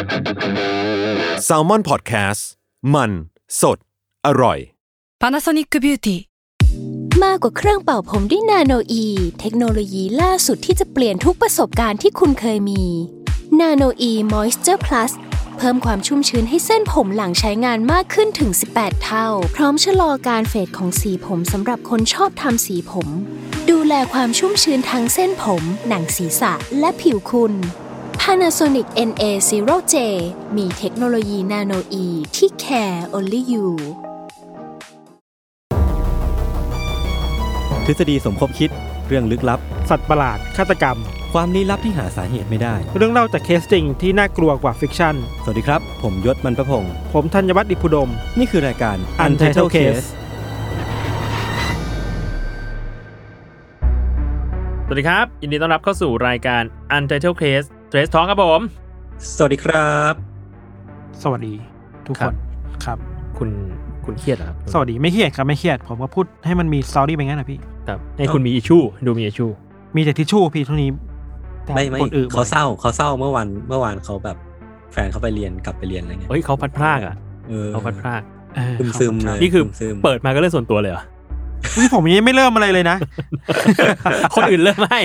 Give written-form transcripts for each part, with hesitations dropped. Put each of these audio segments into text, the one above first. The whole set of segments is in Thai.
Salmon Podcast มันสดอร่อย Panasonic Beauty มากกว่าเครื่องเป่าผมด้วยนาโนอีเทคโนโลยีล่าสุดที่จะเปลี่ยนทุกประสบการณ์ที่คุณเคยมีนาโนอีมอยส์เจอร์พลัสเพิ่มความชุ่มชื้นให้เส้นผมหลังใช้งานมากขึ้นถึง18เท่าพร้อมชะลอการเฟดของสีผมสำหรับคนชอบทำสีผมดูแลความชุ่มชื้นทั้งเส้นผมหนังศีรษะและผิวคุณ Panasonic NA0J มีเทคโนโลยีนาโนอีที่ care only you ทฤษฎีสมคบคิดเรื่องลึกลับสัตว์ประหลาดฆาตกรรมความลี้ลับที่หาสาเหตุไม่ได้เรื่องเล่าจากเคสจริงที่น่ากลัวกว่าฟิกชั่นสวัสดีครับผมยศมันประพงษ์ผมธัญวัฒน์อิพุดมนี่คือรายการ Untitled Case สวัสดีครับยินดีต้อนรับเข้าสู่รายการ Untitled Case Trace Talk ครับผมสวัสดีครับสวัสดีทุกคนครับคุณเครียดเหรอครับสวัสดีไม่เครียดครับไม่เครียดผมก็พูดให้มันมีสตอรี่ไปงั้นนะพี่ครับให้คุณมีอิชชูดูมีอิชชูมีแต่ทิชชู่พี่เท่านี้ไม่เขาเศร้าเมื่อวานเขาแบบแฟนเขาไปเรียนกลับไปเรียนอะไรเงี้ยเฮ้ยเขาพัดพรากอ่ะเขาพัดพรากซึมเลยนี่คือเปิดมาก็เรื่องส่วนตัวเลยเหรอนี่ผมยังไม่เริ่มอะไรเลยนะคนอื่นเริ่มให้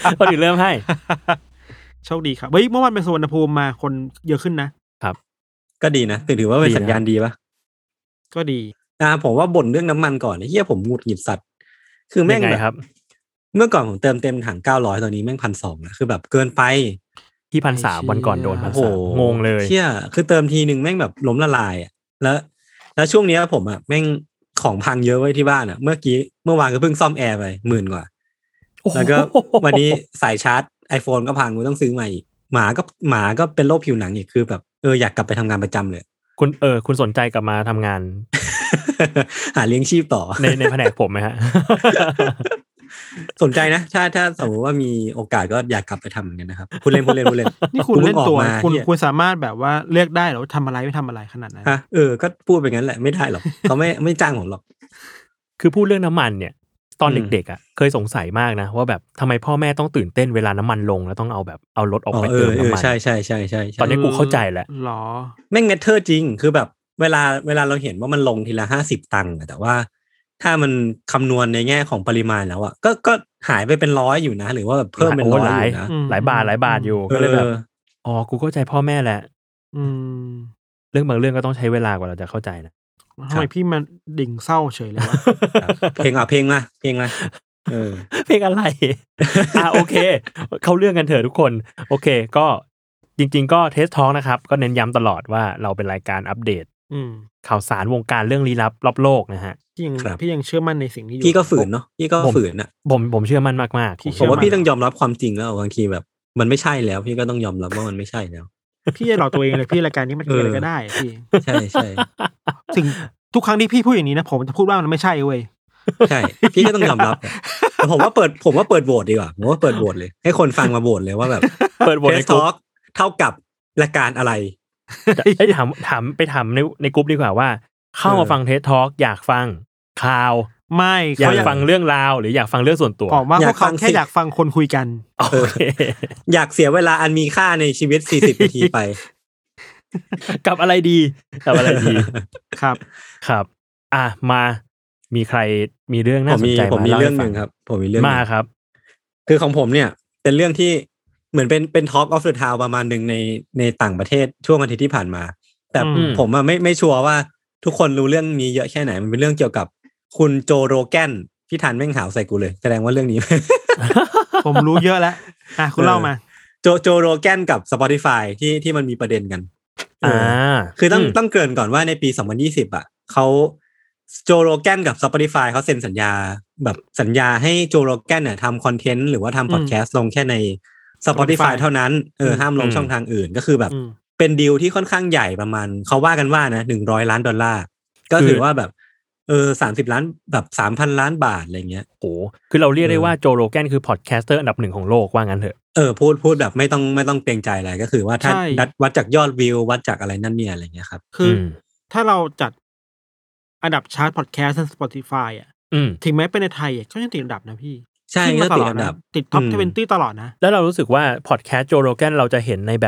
โชคดีครับเฮ้ยเมื่อวานไปสุวรรณภูมิมาคนเยอะขึ้นนะครับก็ดีนะถือว่าเป็นสัญญาณดีป่ะก็ดีผมว่าบ่นเรื่องน้ำมันก่อนไอ้เหี้ยผมหงุดหงิดสัตว์คือแม่งแบบเมื่อก่อนผมเติมเต็มถัง900ตอนนี้แม่ง 1,200 นะคือแบบเกินไปที่ 1,300 วันก่อนโดน 1,300 งงเลยเหี้ยคือเติมทีนึงแม่งแบบล้มละลายอ่ะแล้วช่วงนี้ผมอ่ะแม่งของพังเยอะไว้ที่บ้านอ่ะเมื่อวานก็เพิ่งซ่อมแอร์ไป 10,000 กว่าแล้วก็วันนี้สายชาร์จ iPhone ก็พังกูต้องซื้อใหม่อีกหมาก็เป็นโรคผิวหนังอีกคือแบบอยากกลับไปทำงานประจำเลยคุณสนใจกลับมาทำงานหาเลี้ยงชีพต่อในแผนกผมไหมฮะสนใจนะถ้าสมมติว่ามีโอกาสก็อยากกลับไปทำเหมือนกันนะครับคุณเล่นนี่คุณเล่นตัวคุณสามารถแบบว่าเลือกได้หรอว่าทำอะไรไม่ทำอะไรขนาดนั้นก็พูดไปงั้นแหละไม่ได้หรอกเขาไม่จ้างผมหรอกคือพูดเรื่องน้ำมันเนี่ยตอนเด็กๆอ่ะเคยสงสัยมากนะว่าแบบทำไมพ่อแม่ต้องตื่นเต้นเวลาน้ำมันลงแล้วต้องเอารถออกไปเติมน้ำมันใช่ตอนนี้กูเข้าใจแล้วหรอแม่งเมทเทอร์จริงคือแบบเวลาเราเห็นว่ามันลงทีละ50 ตังค์แต่ว่าถ้ามันคำนวณในแง่ของปริมาณแล้วอ่ะก็หายไปเป็น100อยู่นะหรือว่าแบบเพิ่มเป็น100อยู่นะหลายบาทอยู่ก็เลยแบบกูเข้าใจพ่อแม่แหละเรื่องบางเรื่องก็ต้องใช้เวลากว่าเราจะเข้าใจนะทำไมพี่มันดิ่งเศร้าเฉยเลยวะเพลงมาเพลงอะไรโอเคเข้าเรื่องกันเถอะทุกคนโอเคก็จริงๆก็เทสทอล์กนะครับก็เน้นย้ำตลอดว่าเราเป็นรายการอัปเดตข่าวสารวงการเรื่องลี้ลับรอบโลกนะฮะพี่ยังเชื่อมั่นในสิ่งนี้อยู่พี่ก็ฝืนเนาะพี่ก็ฝืนอ่ะผมเชื่อมั่นมากๆผมว่าพี่ต้องยอมรับความจริงแล้วบางทีแบบมันไม่ใช่แล้วพี่ก็ต้องยอมรับว่ามันไม่ใช่แล้วพี่จะหลอกตัวเองเลยพี่รายการนี้มันอะไรก็ได้พี่ใช่ถึงทุกครั้งที่พี่พูดอย่างนี้นะผมจะพูดว่ามันไม่ใช่เว้ยใช่พี่ก็ต้องยอมรับแต่ผมว่าเปิดโหวตดีกว่าผมว่าเปิดโหวตเลยให้คนฟังมาโหวตเลยว่าแบบเปิดโหวตในกลุ่มเท่ากับรายการอะไรให้ถามในกลุ่มดีกว่าว่าเข้ามาฟังเทสทอล์กอยากฟังข่าวไม่อยากฟังเรื่องราวหรืออยากฟังเรื่องส่วนตัวผมว่าพวกเขาแค่อยากฟังคนคุยกันอยากเสียเวลาอันมีค่าในชีวิต40 นาทีไปกับอะไรดีครับมามีใครมีเรื่องน่าสนใจผมมีเรื่องนึงครับผมมีเรื่องมาครับคือของผมเนี่ยเป็นเรื่องที่เหมือนเป็น Talk of the Town ประมาณนึงในต่างประเทศช่วงอาทิตย์ที่ผ่านมาแต่ผมไม่ชัวร์ว่าทุกคนรู้เรื่องนี้เยอะแค่ไหนมันเป็นเรื่องเกี่ยวกับคุณโจโรแกนพี่ทันแม่งหาวใส่กูเลยแสดงว่าเรื่องนี้ผมรู้เยอะแล้วคุณเล่ามาโจโรแกนกับ Spotify ที่มันมีประเด็นกันคือต้องเกริ่นก่อนว่าในปี2020เขาโจโรแกนกับ Spotify เขาเซ็นสัญญาให้โจโรแกนเนี่ยทำคอนเทนต์หรือว่าทำพอดแคสต์ลงแค่ใน Spotify เท่านั้นห้ามลงช่องทางอื่นก็คือแบบเป็นดีลที่ค่อนข้างใหญ่ประมาณเขาว่ากันว่านะ$100 ล้านก็ถือว่าแบบ30 ล้านแบบ 3,000 ล้านบาทอะไรเงี้ยโอ้คือเราเรียกได้ว่าโจโรแกนคือพอดแคสเตอร์อันดับ1ของโลกว่างั้นเถอะพูดแบบไม่ต้องเกรงใจอะไรก็คือว่าถ้าวัดจากยอดวิววัดจากอะไรนั่นเนี่ยอะไรเงี้ยครับคือถ้าเราจัดอันดับชาร์ตพอดแคสต์ใน Spotify ถึงแม้เป็นในไทยก็ยังติดอันดับนะพี่ใช่ก็ติดอันดับติดท็อป20ตลอดนะแล้วเรารู้สึกว่าพอดแคสต์โจโรแกนเราจะเห็นในแบบ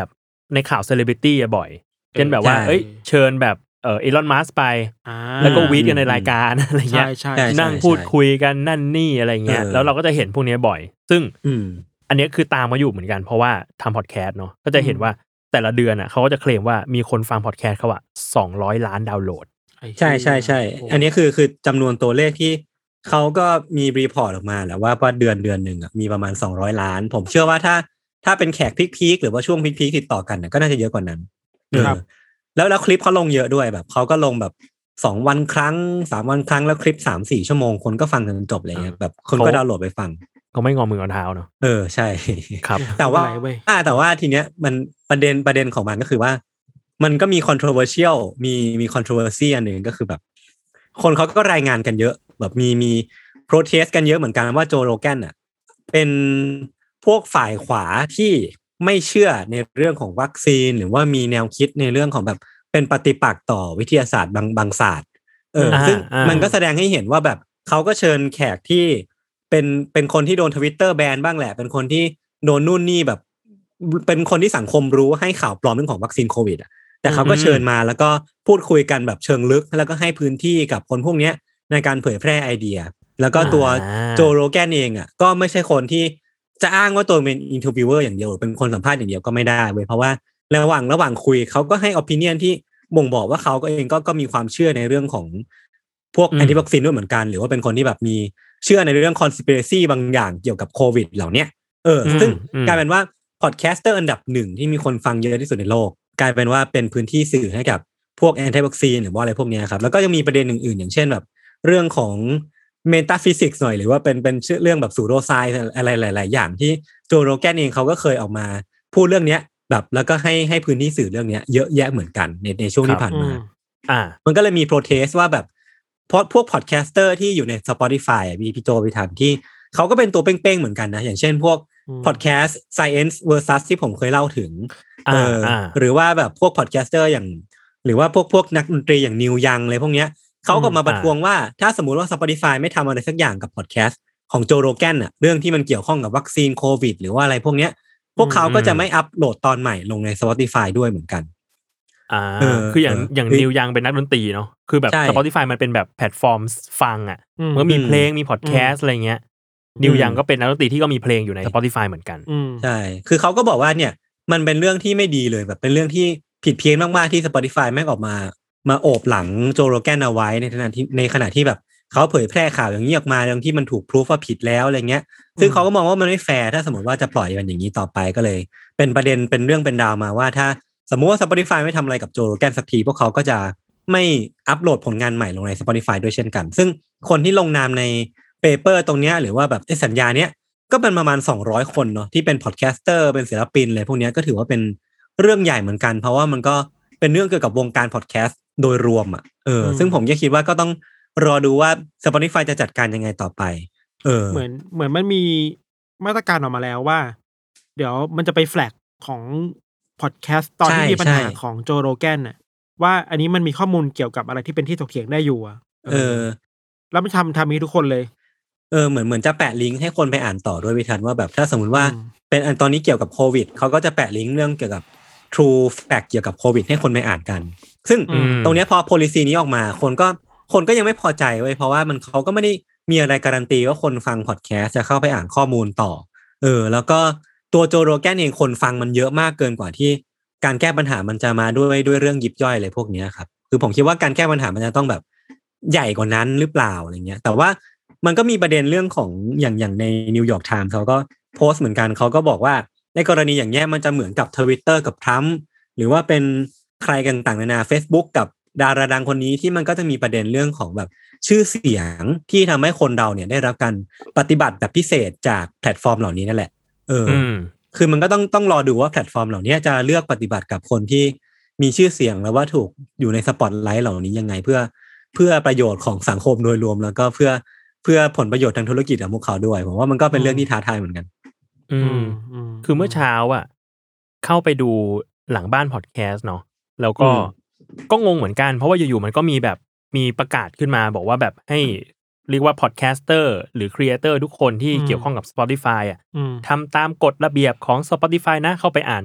ในข่าวเซเลบริตี้บ่อยเช่นแบบว่าเชิญแบบอีลอนมัสก์ไปแล้วก็วีดกันในรายการอะไรเงี้ยนั่งพูดคุยกันนั่นนี่อะไรเงี้ยแล้วเราก็จะเห็นพวกนี้บ่อยซึ่งอันนี้คือตามมาอยู่เหมือนกันเพราะว่าทำพอดแคสต์เนาะก็จะเห็นว่าแต่ละเดือนเขาก็จะเคลมว่ามีคนฟังพอดแคสต์เขา200 ล้านดาวน์โหลดใช่อันนี้คือจำนวนตัวเลขที่เขาก็มีรีพอร์ตออกมาแหละว่าเดือนนึงมีประมาณ200 ล้านผมเชื่อว่าถ้าเป็นแขกพีคๆหรือว่าช่วงพีคๆติดต่อกันก็น่าจะเยอะกว่านั้นแล้วคลิปเขาลงเยอะด้วยแบบเขาก็ลงแบบ2 วันครั้ง3 วันครั้งแล้วคลิป 3-4 ชั่วโมงคนก็ฟังจนจบอะไรเงี้ยแบบคนก็ดาวน์โหลดไปฟังเขาไม่งอมืองอเท้าเนาะใช่ครับแต่ว่าทีเนี้ยมันประเด็นของมันก็คือว่ามันก็มี controversial มี controversy อันนึงก็คือแบบคนเขาก็รายงานกันเยอะแบบมี protest กันเยอะเหมือนกันว่าโจโรแกนเป็นพวกฝ่ายขวาที่ไม่เชื่อในเรื่องของวัคซีนหรือว่ามีแนวคิดในเรื่องของแบบเป็นปฏิปักษ์ต่อวิทยาศาสตร์บางศาสตร์ซึ่งมันก็แสดงให้เห็นว่าแบบเขาก็เชิญแขกที่เป็นคนที่โดน Twitter แบนบ้างแหละเป็นคนที่โดนนู่นนี่แบบเป็นคนที่สังคมรู้ให้ข่าวปลอมเรื่องของวัคซีนโควิดแต่เขาก็เชิญมาแล้วก็พูดคุยกันแบบเชิงลึกแล้วก็ให้พื้นที่กับคนพวกนี้ในการเผยแพร่ไอเดียแล้วก็ตัวโจโรแกนเองก็ไม่ใช่คนที่จะอ้างว่าตัวเป็นอินเทอร์วิวเวอร์อย่างเดียวเป็นคนสัมภาษณ์อย่างเดียวก็ไม่ได้เว้ยเพราะว่าระหว่างคุยเขาก็ให้opinionที่บ่งบอกว่าเขาเองก็มีความเชื่อในเรื่องของพวกแอนตี้วัคซีนด้วยเหมือนกันหรือว่าเป็นคนที่แบบมีเชื่อในเรื่อง conspiracy บางอย่างเกี่ยวกับโควิดเหล่านี้ซึ่งกลายเป็นว่าพอดแคสเตอร์อันดับ1ที่มีคนฟังเยอะที่สุดในโลกกลายเป็นว่าเป็นพื้นที่สื่อให้กับพวกแอนตี้วัคซีนหรือว่าอะไรพวกนี้ครับแล้วก็ยังมีประเด็นอื่นๆอย่างเช่นแบบเรื่องของเมตาฟิสิกส์หน่อยหรือว่าเป็นเรื่องแบบซูโดไซน์อะไรหลายๆอย่างที่โจโรแกนเองเขาก็เคยออกมาพูดเรื่องนี้แบบแล้วก็ให้พื้นที่สื่อเรื่องนี้เยอะแยะเหมือนกันในช่วงที่ผ่านมามันก็เลยมีโปรเทสว่าแบบเพราะพวกพอดแคสเตอร์ที่อยู่ใน Spotify มีพี่โจพิธันที่เขาก็เป็นตัวเป้งๆเหมือนกันนะอย่างเช่นพวกพอดแคสต์ Science Versus ที่ผมเคยเล่าถึงหรือว่าแบบพวกพอดแคสเตอร์อย่างหรือว่าพวกนักดนตรีอย่างนิวยังอะไรพวกเนี้ยเขาก็มาประท้วงว่าถ้าสมมุติว่า Spotify ไม่ทำอะไรสักอย่างกับพอดแคสต์ของโจโรแกนเรื่องที่มันเกี่ยวข้องกับวัคซีนโควิดหรือว่าอะไรพวกเนี้ยพวกเขาก็จะไม่อัปโหลดตอนใหม่ลงใน Spotify ด้วยเหมือนกันคืออย่างนิวยังเป็นนักดนตรีเนาะคือแบบ Spotify มันเป็นแบบแพลตฟอร์มฟังมันมีเพลงมีพอดแคสต์อะไรเงี้ยนิวยังก็เป็นนักดนตรีที่ก็มีเพลงอยู่ใน Spotify เหมือนกันใช่คือเขาก็บอกว่าเนี่ยมันเป็นเรื่องที่ไม่ดีเลยแบบเป็นเรื่องที่ผิดเพี้ยนมากๆที่ Spotify แม่งออกมาโอบหลังโจโรแกนเอาไว้ในขณะที่แบบเขาเผยแพร่ข่าวอย่างนี้ออกมาเรื่องที่มันถูกพิสูจว่าผิดแล้วอะไรเงี้ยซึ่งเขาก็มองว่ามันไม่แฟร์ถ้าสมมติว่าจะปล่อยมันอย่างนี้ต่อไปก็เลยเป็นประเด็นเป็นเรื่องเป็นราวมาว่าถ้าสมมุติว่า Spotify ไม่ทำอะไรกับโจโรแกนสักทีพวกเขาก็จะไม่อัปโหลดผลงานใหม่ลงใน Spotify ด้วยเช่นกันซึ่งคนที่ลงนามในเปเปอร์ตรงเนี้ยหรือว่าแบบสัญญาเนี้ยก็เป็นประมาณ200คนเนาะที่เป็นพอดแคสเตอร์เป็นศิลปินอะไรพวกนี้ก็ถือว่าเป็นเรื่องใหญ่เหมือนกันเพราะว่ามันก็เป็นเรื่องเกี่ยวกับวงการพอดแคสต์โดยรวมซึ่งผมก็คิดว่าก็ต้องรอดูว่า Spotify จะจัดการยังไงต่อไปเหมือนมันมีมาตรการออกมาแล้วว่าเดี๋ยวมันจะไปแฟลกของพอดแคสต์ตอนที่มีปัญหาของโจโรแกนว่าอันนี้มันมีข้อมูลเกี่ยวกับอะไรที่เป็นที่ถกเถียงได้อยู่แล้วมันทำให้ทุกคนเลยเหมือนจะแปะลิงก์ให้คนไปอ่านต่อด้วยวิธันว่าแบบถ้าสมมติว่าเป็นอันตอนนี้เกี่ยวกับโควิดเขาก็จะแปะลิงก์เรื่องเกี่ยวกับ True Fact เกี่ยวกับโควิดให้คนไปอ่านกันซึ่งตรงนี้พอ policy นี้ออกมาคนก็ยังไม่พอใจเว้ยเพราะว่าเขาก็ไม่ได้มีอะไรการันตีว่าคนฟังพอดแคสต์จะเข้าไปอ่านข้อมูลต่อแล้วก็ตัวโจโรแกนเองคนฟังมันเยอะมากเกินกว่าที่การแก้ปัญหามันจะมาด้วยเรื่องยิบย่อยอะไรพวกนี้ครับคือผมคิดว่าการแก้ปัญหามันจะต้องแบบใหญ่กว่านั้นหรือเปล่าอะไรเงี้ยแต่ว่ามันก็มีประเด็นเรื่องของอย่างในนิวยอร์กไทม์เขาก็โพสต์เหมือนกันเขาก็บอกว่าในกรณีอย่างเงี้ยมันจะเหมือนกับ Twitter กับทรัมป์หรือว่าเป็นใครกันต่างๆนานา Facebook กับดาราดังคนนี้ที่มันก็จะมีประเด็นเรื่องของแบบชื่อเสียงที่ทำให้คนเราเนี่ยได้รับการปฏิบัติแบบพิเศษจากแพลตฟอร์มเหล่านี้นั่นแหละคือมันก็ต้องรอดูว่าแพลตฟอร์มเหล่านี้จะเลือกปฏิบัติกับคนที่มีชื่อเสียงแล้วว่าถูกอยู่ในสปอตไลท์เหล่านี้ยังไงเพื่อประโยชน์ของสังคมโดยรวมแล้วก็เพื่อผลประโยชน์ทางธุรกิจของพวกเขาด้วยผมว่ามันก็เป็นเรื่องที่ท้าทายเหมือนกันคือเมื่อเช้าเข้าไปดูหลังบ้านพอดแคสต์เนาะแล้วก็งงเหมือนกันเพราะว่าอยู่ๆมันก็มีประกาศขึ้นมาบอกว่าแบบให้เรียกว่าพอดแคสเตอร์หรือครีเอเตอร์ทุกคนที่เกี่ยวข้องกับ Spotify ทำตามกฎระเบียบของ Spotify นะเข้าไปอ่านดู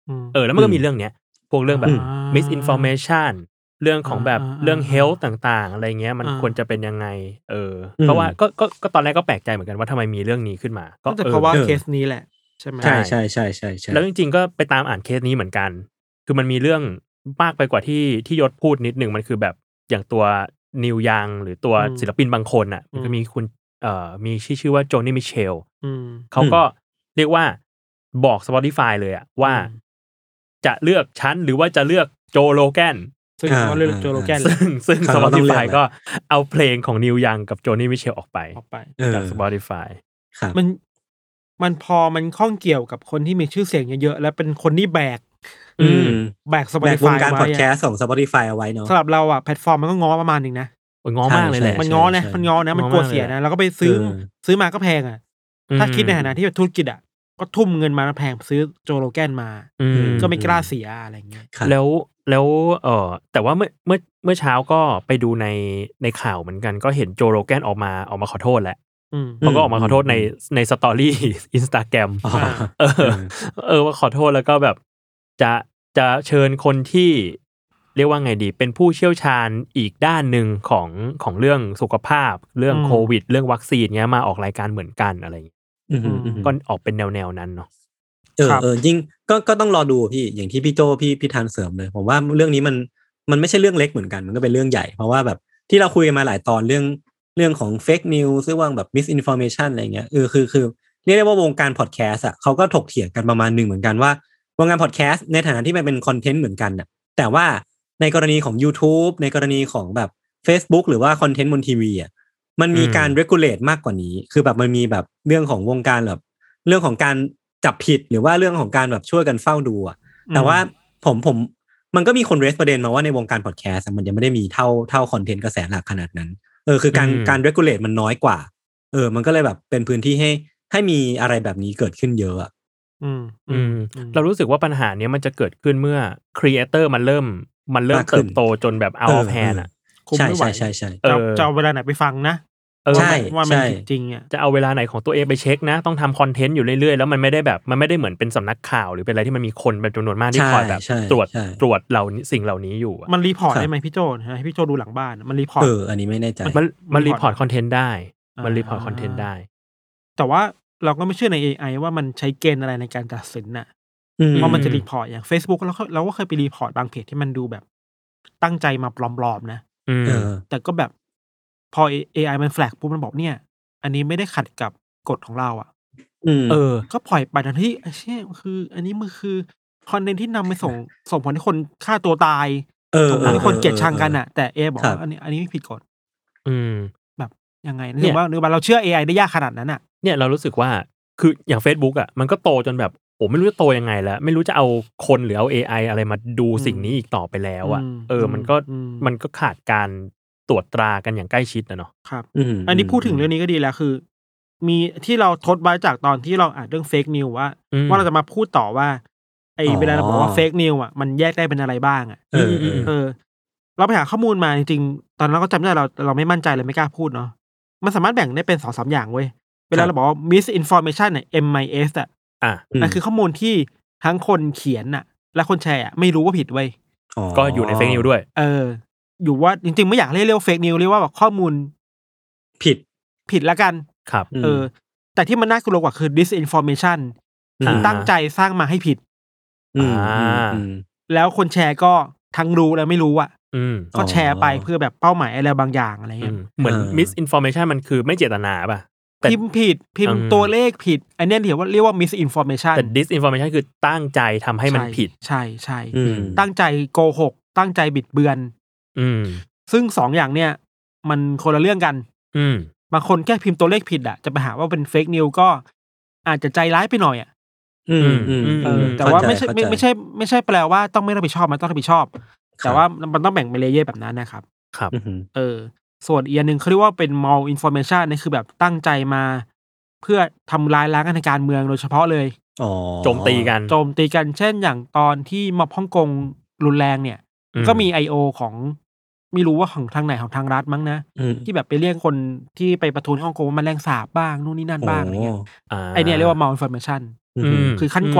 แล้วมันก็มีเรื่องเนี้ยพวกเรื่องแบบ misinformation เรื่องของแบบเรื่อง health ต่างๆอะไรเงี้ยมันควรจะเป็นยังไงเพราะว่าก็ตอนแรกก็แปลกใจเหมือนกันว่าทำไมมีเรื่องนี้ขึ้นมาก็เพราะว่าเคสนี้แหละใช่ไหมใช่แล้วจริงๆก็ไปตามอ่านเคสนี้เหมือนกันคือมันมีเรื่องมากไปกว่าที่ยศพูดนิดนึงมันคือแบบอย่างตัวนิวยังหรือตัวศิลปินบางคนอ่ะมันก็มีคุณมีชื่อว่าโจนี่มิเชลเขาก็เรียกว่าบอก Spotify เลยอ่ะว่าจะเลือกฉันหรือว่าจะเลือกโจโรแกนซึ่งเขาเลือกโจโรแกนซึ่ง Spotify ก็เอาเพลงของนิวยังกับโจนี่มิเชลออกไปจาก Spotify มันพอมันข้องเกี่ยวกับคนที่มีชื่อเสียงเยอะๆและเป็นคนที่แบก Spotify วงการพอดแคสต์ของ Spotify เอาไว้เนาะสำหรับเราอ่ะแพลตฟอร์มมันก็ง้อประมาณนึงนะง้อมากเลยแหละมันง้อนะมันกลัวเสียนะแล้วก็ไปซื้อมาก็แพงอ่ะถ้าคิดในฐานะที่เป็นธุรกิจอ่ะก็ทุ่มเงินมาแพงซื้อโจโรแกนมาก็ไม่กล้าเสียอะไรเงี้ยแล้วแต่ว่าเมื่อเช้าก็ไปดูในข่าวเหมือนกันก็เห็นโจโรแกนออกมาขอโทษแล้วเขาก็ออกมาขอโทษในสตอรี่ Instagram ว่าขอโทษแล้วก็แบบจะเชิญคนที่เรียกว่าไงดีเป็นผู้เชี่ยวชาญอีกด้านหนึ่งของเรื่องสุขภาพเรื่องโควิดเรื่องวัคซีนเงี้ยมาออกรายการเหมือนกันอะไรอย่างเงี้ยก็ออกเป็นแนวนั้นเนาะยิ่งก็ต้องรอดูพี่อย่างที่พี่โจพี่ธันเสริมเลยผมว่าเรื่องนี้มันไม่ใช่เรื่องเล็กเหมือนกันมันก็เป็นเรื่องใหญ่เพราะว่าแบบที่เราคุยกันมาหลายตอนเรื่องของเฟกนิวส์หรือว่าแบบมิสอินฟอร์เมชันอะไรเงี้ยคือเรียกได้ว่าวงการพอดแคสต์อ่ะเขาก็ถกเถียงกันประมาณนึงเหมือนกันว่าวงการพอดแคสต์ในฐานะที่มันเป็นคอนเทนต์เหมือนกันน่ะแต่ว่าในกรณีของ YouTube ในกรณีของแบบ Facebook หรือว่าคอนเทนต์บนทีวีอ่ะมันมีการ regulate มากกว่านี้คือแบบมันมีแบบเรื่องของวงการแบบเรื่องของการจับผิดหรือว่าเรื่องของการแบบช่วยกันเฝ้าดูอ่ะแต่ว่าผมมันก็มีคนเรสประเด็นมาว่าในวงการพอดแคสต์มันยังไม่ได้มีเท่าคอนเทนต์กระแสหลักขนาดนั้นคือการ regulate มันน้อยกว่ามันก็เลยแบบเป็นพื้นที่ให้มีอะไรแบบนี้เกิดขึ้นเยอะอ่ะเรารู้สึกว่าปัญหานี้มันจะเกิดขึ้นเมื่อครีเอเตอร์มันเริ่มเติบโตจนแบบเอาแพนอ่ะใช่จะเอาเวลาไหนไปฟังนะว่ามันจริงอ่ะจะเอาเวลาไหนของตัวเองไปเช็คนะต้องทำคอนเทนต์อยู่เรื่อยๆแล้วมันไม่ได้เหมือนเป็นสำนักข่าวหรือเป็นอะไรที่มันมีคนแบบจำนวนมากที่คอยแบบตรวจเหล่าสิ่งเหล่านี้อยู่มันรีพอร์ตได้ไหมพี่โจให้พี่โจดูหลังบ้านมันรีพอร์ตอันนี้ไม่แน่ใจมันรีพอร์ตคอนเทนต์ได้มันรีพอร์ตคอนเทนต์ได้แต่ว่าเราก็ไม่เชื่อใน AI ว่ามันใช้เกณฑ์อะไรในการตัดสินน่ะว่ามันจะรีพอร์ตอย่าง Facebook เราก็เคยไปรีพอร์ตบางเพจที่มันดูแบบตั้งใจมาปลอมๆนะแต่ก็แบบพอ AI มันแฟลกปุ๊บมันบอกเนี่ยอันนี้ไม่ได้ขัดกับกฎของเราอ่ะก็ปล่อยไปทันทีเช่คืออันนี้มันคือคอนเทนต์ที่นำไปส่งผลให้คนฆ่าตัวตายส่งผลให้คนเกลียดชังกันอ่ะแต่บอกว่าอันนี้ไม่ผิดกฎแบบยังไงนึกว่าเราเชื่อ AI ได้ยากขนาดนั้นอ่ะเนี่ยเรารู้สึกว่าคืออย่าง Facebook อ่ะมันก็โตจนแบบไม่รู้จะโตยังไงแล้วไม่รู้จะเอาคนหรือเอา AI อะไรมาดูสิ่งนี้อีกต่อไปแล้วอ่ะมันก็ขาดการตรวจตรากันอย่างใกล้ชิดนะเนาะครับอันนี้พูดถึงเรื่องนี้ก็ดีแล้วคือมีที่เราทดไว้จากตอนที่เราอ่านเรื่องเฟกนิวว่าเราจะมาพูดต่อว่าเวลาเราบอกว่าเฟกนิวอ่ะมันแยกได้เป็นอะไรบ้างอ่ะเราไปหาข้อมูลมาจริงๆตอนนั้นก็จำได้เราไม่มั่นใจเลยไม่กล้าพูดเนาะมันสามารถแบ่งได้เป็น 2-3 อย่างเว้ยเวลาเราบอกว่า misinformation เนี่ย MIS อ่ะนั่นคือข้อมูลที่ทั้งคนเขียนน่ะและคนแชร์ไม่รู้ว่าผิดเว้ยก็อยู่ในเฟกนิวด้วยอยู่ว่าจริงๆไม่อยากเรียกว่าเฟกนิวเรียกว่าแบบข้อมูลผิดแล้วกันครับแต่ที่มันน่ากลัวกว่าคือ disinformation ที่ตั้งใจสร้างมาให้ผิดแล้วคนแชร์ก็ทั้งรู้และไม่รู้อ่ะก็แชร์ไปเพื่อแบบเป้าหมายอะไรบางอย่างอะไรเงี้ยเหมือน misinformation มันคือไม่เจตนาป่ะพิมพ์ผิดพิมพ์ตัวเลขผิดอันนี้เรียกว่า misinformation แต่ disinformation คือตั้งใจทำให้มันผิดใช่ตั้งใจโกหกตั้งใจบิดเบือนซึ่ง2อย่างเนี่ยมันคนละเรื่องกันบางคนแค่พิมพ์ตัวเลขผิดอ่ะจะไปหาว่าเป็นเฟกนิวก็อาจจะใจร้ายไปหน่อยอ่ะแต่ว่าไม่ใช่แปลว่าต้องไม่รับผิดชอบมันต้องรับผิดชอบแต่ว่ามันต้องแบ่งเป็นเลเยอร์แบบนั้นนะครับครับส่วนอีกอันนึงเขาเรียกว่าเป็น malinformation นี่คือแบบตั้งใจมาเพื่อทำลายล้างกันในการเมืองโดยเฉพาะเลยโจมตีกันเช่นอย่างตอนที่ม็อบฮ่องกงรุนแรงเนี่ยก็มี IO ของไม่รู้ว่าของทางไหนของทางรัฐมั้งนะที่แบบไปเรียกคนที่ไปประท้วงฮ่องกงว่ามันแรงสาบบ้างนู่นนี่นั่นบ้างอะไรเงี้ยไอเนี่ยเรียกว่า malinformation คือขั้นกว่า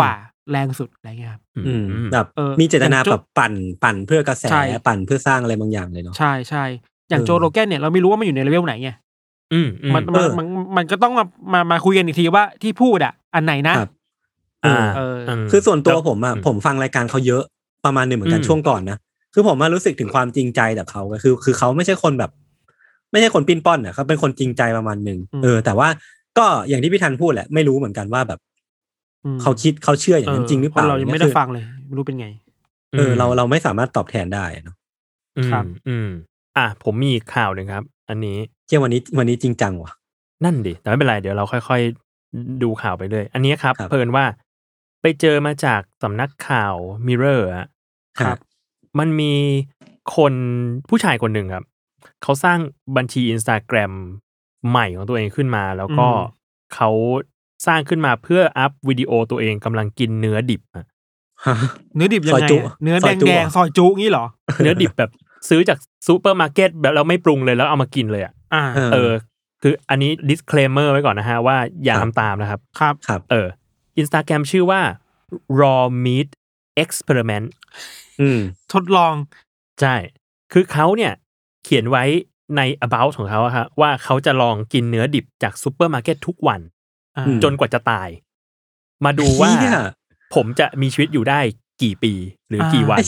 แรงสุดอะไรเงี้ยครับแบบมีเจตนาแบบปั่นเพื่อกระแสปั่นเพื่อสร้างอะไรบางอย่างเลยเนาะใช่อย่างโจโรแกนเนี่ยเราไม่รู้ว่ามันอยู่ในเลเวลไหนไงมันก็ต้องมาคุยกันอีกทีว่าที่พูดอันไหนนะคือส่วนตัวผมฟังรายการเขาเยอะประมาณนึงเหมือนกันช่วงก่อนนะคือผมรู้สึกถึงความจริงใจจากเขาคือเขาไม่ใช่คนแบบไม่ใช่คนปิ้นป้อนอ่ะเขาเป็นคนจริงใจประมาณนึงแต่ว่าก็อย่างที่พี่ธันพูดแหละไม่รู้เหมือนกันว่าแบบเขาคิดเขาเชื่ออย่างนั้นจริงหรือเปล่าเรายังไม่ได้ฟังเลยไม่รู้เป็นไงเราไม่สามารถตอบแทนได้เนาะครับผมมีข่าวหนึ่งครับ อันนี้วันนี้จริงจังว่ะนั่นดิแต่ไม่เป็นไรเดี๋ยวเราค่อยๆดูข่าวไปเรื่อยอันนี้ครับเพิ่นว่าไปเจอมาจากสำนักข่าว Mirror ครับมันมีคนผู้ชายคนหนึ่งครับเขาสร้างบัญชี Instagram ใหม่ของตัวเองขึ้นมาแล้วก็เขาสร้างขึ้นมาเพื่ออัพวิดีโอตัวเองกำลังกินเนื้อดิบเนื้อดิบยังไงเนื้อแดงๆซอยจุงี้เหรอเนื้อดิบแบบซื้อจากซูเปอร์มาร์เก็ตแบบเราไม่ปรุงเลยแล้วเอามากินเลยคืออันนี้ disclaimer ไว้ก่อนนะฮะว่าอย่าทำตามนะครับครับ Instagram ชื่อว่า raw meat experiment ทดลองใช่คือเขาเนี่ยเขียนไว้ใน about ของเขาครับว่าเขาจะลองกินเนื้อดิบจากซูเปอร์มาร์เก็ตทุกวันจนกว่าจะตายมาดูว่าผมจะมีชีวิตอยู่ได้กี่ปีหรือกี่วัน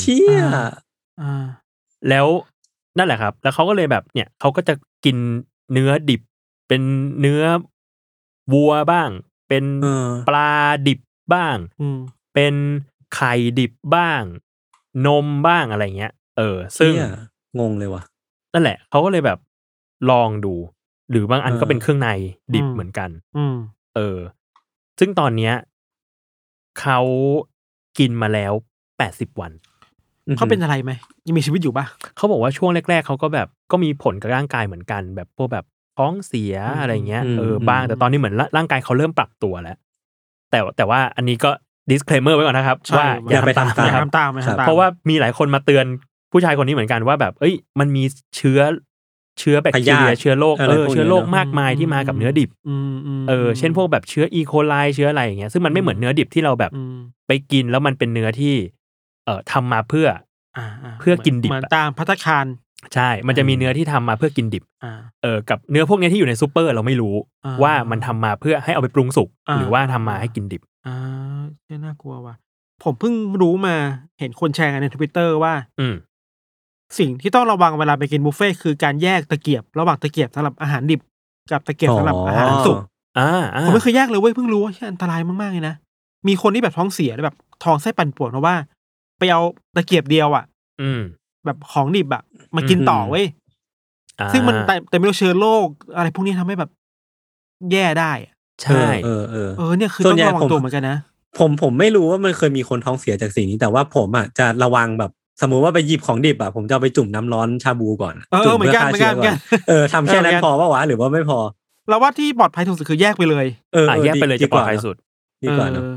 แล้วนั่นแหละครับแล้วเขาก็เลยแบบเนี่ยเขาก็จะกินเนื้อดิบเป็นเนื้อวัวบ้างเป็นปลาดิบบ้างเป็นไข่ดิบบ้างนมบ้างอะไรเงี้ยซึ่งงงเลยว่ะนั่นแหละเขาก็เลยแบบลองดูหรือบางอันก็เป็นเครื่องในดิบเหมือนกันซึ่งตอนเนี้ยเขากินมาแล้ว80 วันเขาเป็นอะไรไหมยังมีชีวิตอยู่ป่ะเขาบอกว่าช่วงแรกๆเขาก็แบบก็มีผลกับร่างกายเหมือนกันแบบพวกแบบท้องเสียอะไรเงี้ยบ้างแต่ตอนนี้เหมือนร่างกายเขาเริ่มปรับตัวแล้วแต่ว่าอันนี้ก็ disclaimer ไว้ก่อนนะครับว่าอย่าไปทำตามเพราะว่ามีหลายคนมาเตือนผู้ชายคนนี้เหมือนกันว่าแบบมันมีเชื้อแบคทีเรียเชื้อโรคเชื้อโรคมากมายที่มากับเนื้อดิบเช่นพวกแบบเชื้ออีโคไลเชื้ออะไรอย่างเงี้ยซึ่งมันไม่เหมือนเนื้อดิบที่เราแบบไปกินแล้วมันเป็นเนื้อที่ทำมาเพื่อกินดิบเหมือนตามภัตตาคารใช่มันจะมีเนื้อที่ทำมาเพื่อกินดิบกับเนื้อพวกนี้ที่อยู่ในซูเปอร์เราไม่รู้ว่ามันทำมาเพื่อให้เอาไปปรุงสุกหรือว่าทำมาให้กินดิบน่ากลัวว่ะผมเพิ่งรู้มาเห็นคนแชร์กันใน Twitter ว่าสิ่งที่ต้องระวังเวลาไปกินบุฟเฟ่คือการแยกตะเกียบระหว่างตะเกียบสำหรับอาหารดิบกับตะเกียบสำหรับอาหารสุกผมไม่เคยแยกเลยเว้ยเพิ่งรู้ว่าอันตรายมากๆเลยนะมีคนที่แบบท้องเสียแบบท้องไส้ปั่นป่วนเพราะว่าไปเอาตะเกียบเดียวแบบของดิบมากินต่อเว้ยซึ่งมันแต่ไม่รู้เชื้อโรคอะไรพวกนี้ทำให้แบบแย่ได้ใช่เนี่ยคือต้องระวังตัวเหมือนกันนะผมไม่รู้ว่ามันเคยมีคนท้องเสียจากสิ่งนี้แต่ว่าผมจะระวังแบบสมมุติว่าไปหยิบของดิบผมจะไปจุ่มน้ำร้อนชาบูก่อนจุ่มเพื่อฆ่าเชื้อก่อนทำแค่นั้นพอป่ะวะหรือว่าไม่พอเราว่าที่ปลอดภัยที่สุดคือแยกไปเลยแยกไปเลยจะปลอดภัยสุดดีกว่าเนอะ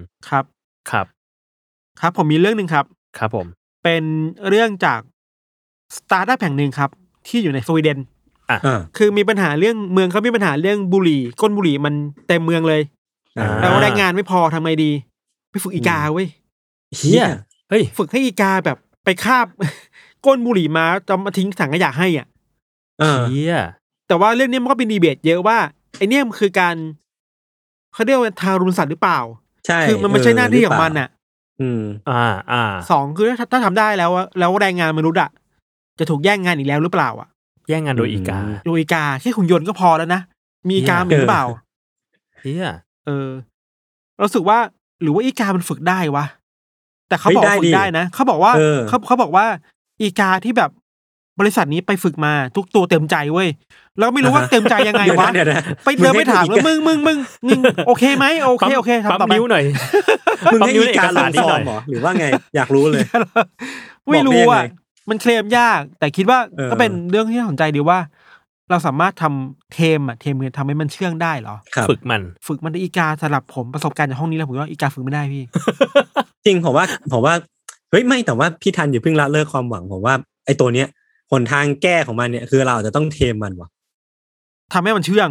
ครับผมมีเรื่องนึงครับผมเป็นเรื่องจากสตาร์ทอัพแห่งหนึ่งครับที่อยู่ในสวีเดนคือมีปัญหาเรื่องเมืองเขามีปัญหาเรื่องบุหรี่ก้นบุหรี่มันเต็มเมืองเลยแล้วแรงงานไม่พอทำไงดีไปฝึกอีกาเว้ยเฮียเฮ้ยฝึกให้อีกาแบบไปคาบก้นบุหรี่มาจะมาทิ้งถังขยะให้เฮียแต่ว่าเรื่องนี้มันก็เป็นดีเบตเยอะว่าไอเนี่ยมันคือการเขาเรียกว่าทารุณสัตว์หรือเปล่าใช่คือมันไม่ใช่หน้าที่ของมันสองคือถ้าทำได้แล้วแรงงานมนุษย์จะถูกแย่งงานอีกแล้วหรือเปล่าแย่งงานโดยอีกาแค่หุ่นยนต์ก็พอแล้วนะมีอีกาหรือเปล่าเฮียรู้สึกว่าหรือว่าอีกามันฝึกได้วะแต่เขาบอกฝึกได้นะเขาบอกว่าเขาบอกว่าอีกาที่แบบบริษัทนี้ไปฝึกมาทุกตัวเต็มใจเว้ยแล้วไม่รู้ว่าเต็มใจยังไงวะไปเดินไปถามแล้วมึงโอเคไหมโอเคทำต่อไปนิ้วหน่อยมึงให้อีกาลงฟอร์มหรอหรือว่าไงอยากรู้เลยไม่รู้มันเคลมยากแต่คิดว่าก็เป็นเรื่องที่น่าสนใจดีว่าเราสามารถทำเทมทำให้มันเชื่องได้เหรอฝึกมันอีกาสำหรับผมประสบการณ์จากห้องนี้แล้วผมว่าอีกาฝึกไม่ได้พี่จริงผมว่าเฮ้ยไม่แต่ว่าพี่ทันอย่าเพิ่งละเลิกความหวังผมว่าไอ้ตัวเนี้ยหนทางแก้ของมันเนี่ยคือเราจะต้องเทมมันวะทำให้มันเชื่อง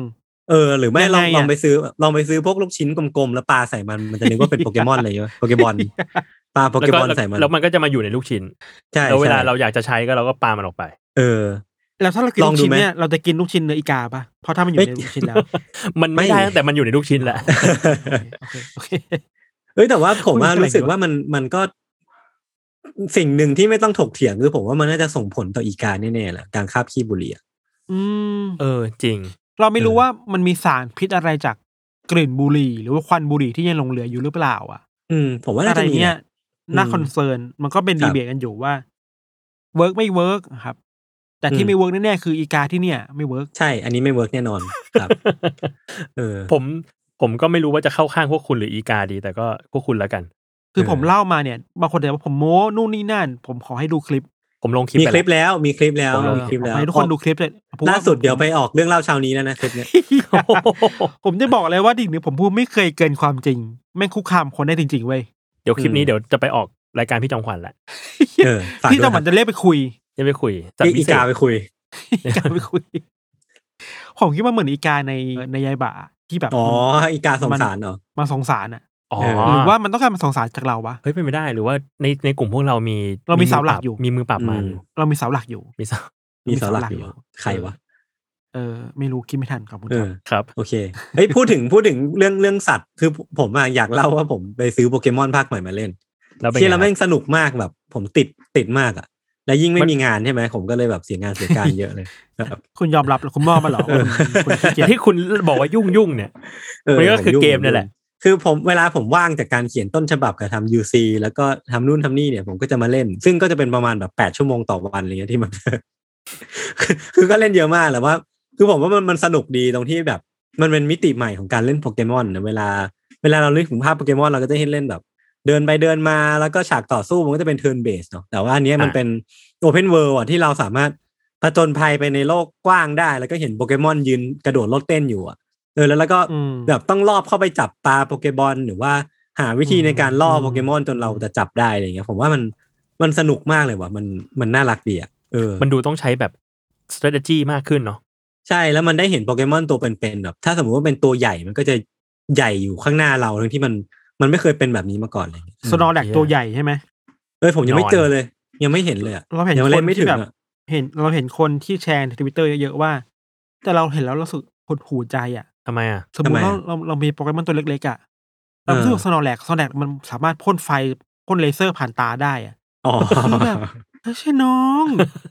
หรือไม่ลองไปซื้อพวกลูกชิ้นกลมๆแล้วปาใส่มันจะนึกว่าเป็นโปเกมอนอะไรอย่างเงี้ยโปเกมอนปาโปเกมอนใส่มันแล้วมันก็จะมาอยู่ในลูกชิ้นใช่แล้วเวลาเราอยากจะใช้ก็เราก็ปามันออกไปแล้วถ้าเรากินลูกชิ้นเนี่ยเราจะกินลูกชิ้นเนื้ออีกาป่ะเพราะถ้ามันอยู่ในลูกชิ้นแล้วมันไม่ได้ตั้งแต่มันอยู่ในลูกชิ้นแหละโอเคแต่ว่าผมรู้สึกว่ามันก็สิ่งหนึ่งที่ไม่ต้องถกเถียงคือผมว่ามันน่าจะส่งผลต่ออีกาแน่ๆแหละการคาบขี้บุหรี่จริงเราไม่รู้ว่ามันมีสารพิษอะไรจากกลิ่นบุหรี่หรือว่าควันบุหรี่ที่ยังหลงเหลืออยู่หรือเปล่าผมว่าน่าจะมีเนี่ยน่าคอนเซิร์นมันก็เป็นดีเบตกันอยู่ว่าเวิร์กไม่เวิร์กครับแต่ที่ไม่เวิร์กแน่ๆคืออีกาที่เนี่ยไม่เวิร์กใช่อันนี้ไม่เวิร์กแน่นอนครับผมก็ไม่รู้ว่าจะเข้าข้างพวกคุณหรืออีกาดีแต่ก็พวกคุณแล้วกันคือผมเล่ามาเนี่ยบางคนบอกว่าผมโม้นู่นนี่นั่นผมขอให้ดูคลิปผมลงคลิปมีคลิปแล้วให้ทุกคนดูคลิปเลยล่าสุดเดี๋ยวไปออกเรื่องเล่าเช้านี้แล้วนะคลิปเนี้ยผมจะบอกเลยว่าดิ่งนี้ผมพูดไม่เคยเกินความจริงแม่งคุกคามคนได้จริงๆเว้ยเดี๋ยวคลิปนี้เดี๋ยวจะไปออกรายการพี่จอมขวัญแหละพี่จอมขวัญจะเรียกไปคุยอีกาไปคุยผมคิดว่าเหมือนอีกาในยายบ่าที่แบบอีกาสงสารเหรอมาสงสารอ่ะหรือว่ามันต้องการมาสงสารจากเราวะเฮ้ยเป็นไม่ได้หรือว่าในกลุ่มพวกเรามีเสาหลักอยู่มีมือปราบมันเรามีเสาหลักอยู่มีเสาหลักอยู่ใครวะไม่รู้คิดไม่ทันครับคุณครับโอเคเฮ้ยพูดถึงเรื่องสัตว์คือผมอยากเล่าว่าผมไปซื้อโปเกมอนภาคใหม่มาเล่นที่เราแม่งสนุกมากแบบผมติดมากอ่ะแล้วยิ่งไม่มีงานใช่ไหมผมก็เลยแบบเสียงานเสียการเยอะเลยคุณยอมรับหรือคุณมอบมาหรอที่คุณบอกว่ายุ่งเนี่ยมันก็คือเกมนี่แหละคือเวลาผมว่างจากการเขียนต้นฉบับกับทำ UC แล้วก็ทำนู่นทำนี่เนี่ยผมก็จะมาเล่นซึ่งก็จะเป็นประมาณแบบ8 ชั่วโมงต่อวันอะไรเงี้ยที่มัน คือก็เล่นเยอะมากแหละว่าคือผมว่ามันสนุกดีตรงที่แบบมันเป็นมิติใหม่ของการเล่นโปเกมอนนะเวลาเราเล่นถึงภาพโปเกมอนเราก็จะให้เล่นแบบเดินไปเดินมาแล้วก็ฉากต่อสู้มันก็จะเป็น turn based เนาะแต่ว่าอันนี้มันเป็น open world อ่ะที่เราสามารถผจญภัยไปในโลกกว้างได้แล้วก็เห็นโปเกมอนยืนกระโดดโลดเต้นอยู่อ่ะแล้วก็แบบต้องลอบเข้าไปจับปลาโปเกมอนหรือว่าหาวิธีในการล่อโปเกมอนจนเราจะจับได้อะไรเงี้ยผมว่ามันสนุกมากเลยว่ะมันน่ารักดีอ่ะมันดูต้องใช้แบบ strategy มากขึ้นเนาะใช่แล้วมันได้เห็นโปเกมอนตัวเป็นๆแบบถ้าสมมติว่าเป็นตัวใหญ่มันก็จะใหญ่อยู่ข้างหน้าเราทั้งที่มันไม่เคยเป็นแบบนี้มาก่อนเลยสโนว์แลกตัวใหญ่ใช่ไหมผมยังไม่เจอเลยยังไม่เห็นเลยเราเห็นคนที่แบบเราเห็นคนที่แชร์ใน Twitter เยอะๆว่าแต่เราเห็นแล้วเราสึกหดหู่ใจอ่ะทำไมอ่ะสมมติเรามีโปเกมอนตัวเล็กๆอ่ะเราคิดว่าสโนว์แลกมันสามารถพ่นไฟพ่นเลเซอร์ผ่านตาได้อ่ะคือแบบไม่ใช่น้อง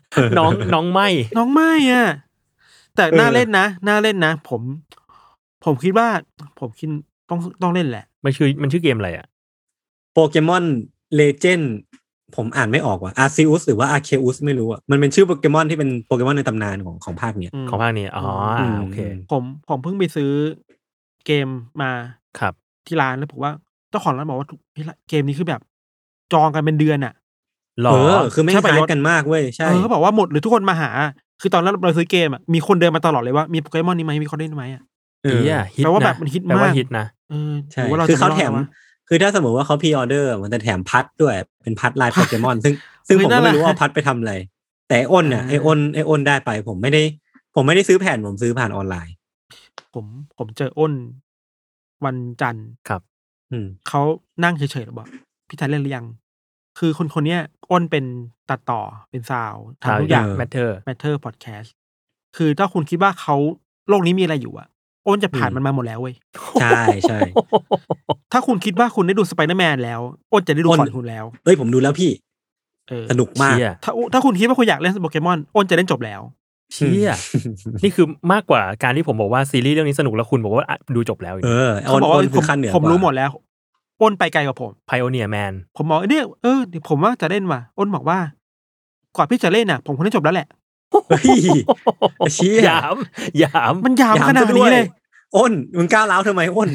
ไม่อ่ะแต่น่าเล่นนะผมคิดว่าต้องเล่นแหละมันชื่อเกมอะไรอ่ะโปเกมอนเลเจนด์ผมอ่านไม่ออกว่ะอาร์ซิอุสหรือว่าอาร์เคอุสไม่รู้อ่ะมันเป็นชื่อโปเกมอนที่เป็นโปเกมอนในตำนานของภาคนี้ของภาคนี้โอเคผมเพิ่งไปซื้อเกมมาครับที่ร้านแล้วผมว่าเจ้าของร้านบอกว่าเกมนี้คือแบบจองกันเป็นเดือนอ่ะคือไม่ขายกันมากเว้ยใช่เขาบอกว่าหมดหรือทุกคนมาหาคือตอนนั้นเราซื้อเกมอ่ะมีคนเดินมาตลอดเลยว่ามีโปเกมอนนี้ไหมมีคนเล่นไหมอ่ะแปลว่าแบบมันฮิตมากฮิตนะใช่คือเขาแถมคือถ้าสมมติว่าเขาพรีออเดอร์มันจะแถมพัดด้วยเป็นพัดลายโปเกมอนซึ่งผมก็ไม่รู้ว่าพัดไปทำอะไรแต่อ้นเนี่ยไออ้นได้ไปผมไม่ได้ซื้อแผ่นผมซื้อผ่านออนไลน์ผมเจออ้นวันจันทร์ครับเขานั่งเฉยๆแล้วบอกพี่ทันเล่นหรือยังคือคนเนี้ยอ้นเป็นตัดต่อเป็นซาวด์ทำทุกอย่าง Matter Podcast คือถ้าคุณคิดว่าเขาโลกนี้มีอะไรอยู่อ่ะอ้นจะผ่านมันมาหมดแล้วเว้ยใช่ถ้าคุณคิดว่าคุณได้ดูสไปเดอร์แมนแล้วอ้นจะได้ดูก่อนคุณแล้วผมดูแล้วพี่สนุกมากถ้าคุณคิดว่าคุณอยากเล่นโปเกมอนอ้นจะเล่นจบแล้วเชี่ยนี่คือมากกว่าการที่ผมบอกว่าซีรีส์เรื่องนี้สนุกแล้วคุณบอกว่าดูจบแล้วเขาบอกว่าผมรู้หมดแล้วอ้นไปไกลกว่าผม Pioneer Man ผมบอกเนี่ยเดี๋ยวผมว่าจะเล่นว่ะอ้นบอกว่าก่อนพี่จะเล่นน่ะผมคงได้จบแล้วแหละเชี่ยยามมันยามขนาดนี้เลยอ้นมึงก้าวร้าวทำไมอ้น